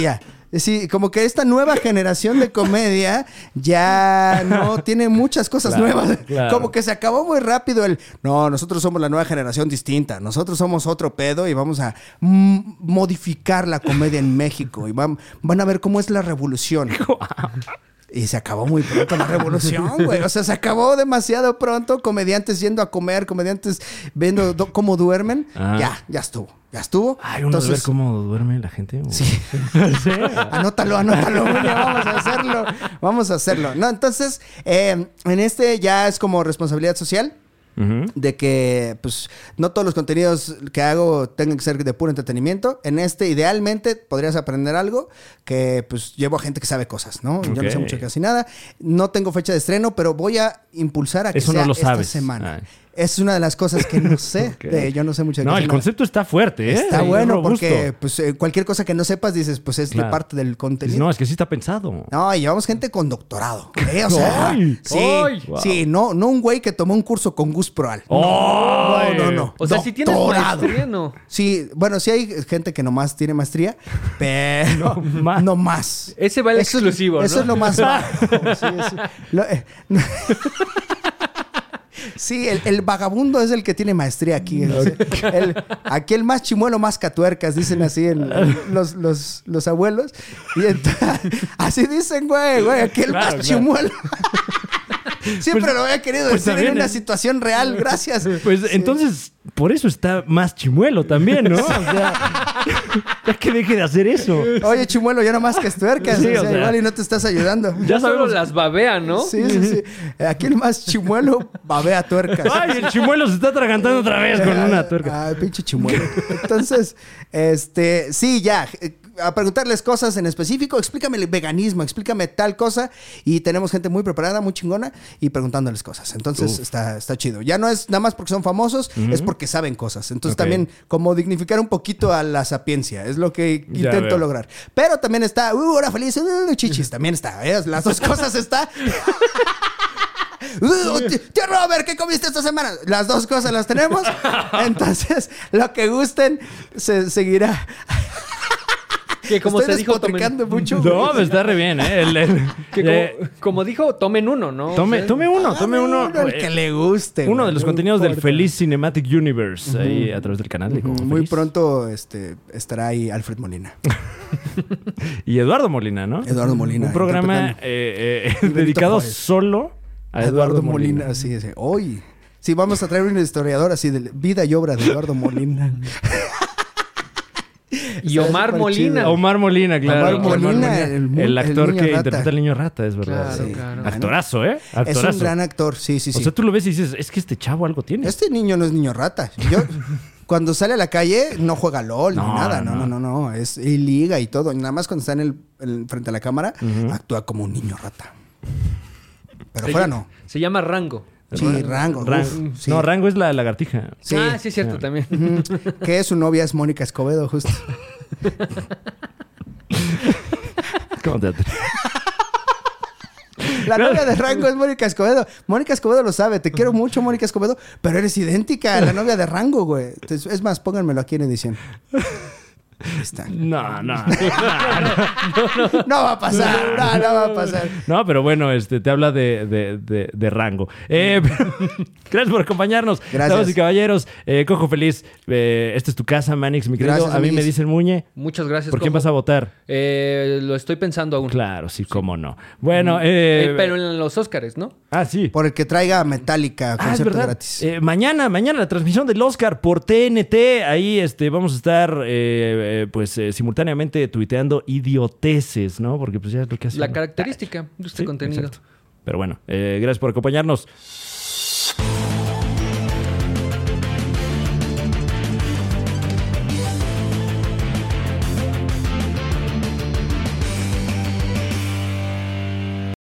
Sí, como que esta nueva generación de comedia ya no tiene muchas cosas nuevas. Claro. Como que se acabó muy rápido no, nosotros somos la nueva generación distinta. Nosotros somos otro pedo y vamos a modificar la comedia en México. Y van a ver cómo es la revolución. Y se acabó muy pronto la revolución, güey. O sea, se acabó demasiado pronto. Comediantes yendo a comer, comediantes viendo cómo duermen. Ya estuvo. Ya estuvo. Ay, uno debe ver cómo duerme la gente. Sí. ¿Sí? Anótalo. Vamos a hacerlo. No, entonces, en este ya es como responsabilidad social. De que, pues, no todos los contenidos que hago tengan que ser de puro entretenimiento. En este, idealmente, podrías aprender algo que, pues, llevo a gente que sabe cosas, ¿no? Yo no sé mucho casi nada. No tengo fecha de estreno, pero voy a impulsar a que sea esta semana. Es una de las cosas que no sé. Yo no sé mucho de No, el concepto está fuerte, ¿eh? Está bueno porque pues, cualquier cosa que no sepas dices, pues es de parte del contenido. No, es que sí está pensado. No, y llevamos gente con doctorado. O sea, sí, no un güey que tomó un curso con Gus Proal. No. O sea, si tienes maestría, ¿no? Sí, bueno, sí hay gente que nomás tiene maestría, pero no más. Ese va el exclusivo, ¿no? Eso es lo más bajo. Sí, el vagabundo es el que tiene maestría aquí. Aquí el más chimuelo, más catuercas, dicen así los abuelos. Y así dicen, güey, aquí el más chimuelo. Siempre lo había querido decir en una situación real, gracias. Pues entonces, por eso está más chimuelo también, ¿no? O sea, ya que deje de hacer eso. Oye, chimuelo, ya no más que tuercas. Sí, o sea, igual y no te estás ayudando. Ya sabemos las babean, ¿no? Sí. Aquí el más chimuelo babea tuercas. Ay, el chimuelo se está atragantando otra vez con una tuerca. Ay, pinche chimuelo. Entonces, sí, ya. A preguntarles cosas en específico, explícame el veganismo, explícame tal cosa, y tenemos gente muy preparada, muy chingona, y preguntándoles cosas. Entonces está chido. Ya no es nada más porque son famosos, es porque saben cosas. Entonces también como dignificar un poquito a la sapiencia, es lo que intento lograr. Pero también está, hora feliz, chichis, también está, las dos cosas está. Tío Robert, ¿qué comiste esta semana? Las dos cosas las tenemos. Entonces, lo que gusten se seguirá. Que como estoy se dijo, mucho. No, me está re bien, como dijo, tomen uno, ¿no? Tome uno. El que le guste. Uno de los contenidos del Feliz Cinematic Universe, ahí a través del canal de Como Muy Feliz. Pronto estará ahí Alfred Molina. Y Eduardo Molina, ¿no? Eduardo Molina. Un programa dedicado solo a Eduardo Molina. Sí. Hoy. Sí, vamos a traer un historiador así de vida y obra de Eduardo Molina. Y Omar Molina. Chido. Omar Molina, claro. Omar Molina, el actor que interpreta al niño rata, es verdad. Claro. Actorazo, ¿eh? Actorazo. Es un gran actor, sí. O sea, tú lo ves y dices, es que este chavo algo tiene. Este niño no es niño rata. Cuando sale a la calle, no juega LOL ni nada. No. Y liga y todo. Nada más cuando está frente a la cámara, actúa como un niño rata. Pero fuera no. Se llama Rango. Sí, Rango. Sí. No, Rango es la lagartija. Sí, sí, es cierto, también. Que su novia es Mónica Escobedo, justo. ¿Cómo te atreves? La novia de Rango es Mónica Escobedo. Mónica Escobedo lo sabe. Te quiero mucho, Mónica Escobedo, pero eres idéntica a la novia de Rango, güey. Es más, pónganmelo aquí en edición. Ahí está. No. No va a pasar. No va a pasar. No, pero bueno, te habla de Rango. Gracias por acompañarnos. Gracias. Damas y caballeros, Cojo Feliz. Esta es tu casa, Manix, mi querido. Gracias, a mí me dicen Muñe. Muchas gracias. ¿Por quién vas a votar? Lo estoy pensando aún. Claro, sí, cómo no. Bueno, pero en los Óscares, ¿no? Ah, sí. Por el que traiga Metallica, concierto es verdad. gratis. Mañana la transmisión del Oscar por TNT. Ahí vamos a estar simultáneamente tuiteando idioteces, ¿no? Porque pues ya es lo que hace. La característica de este contenido. Exacto. Pero bueno, gracias por acompañarnos.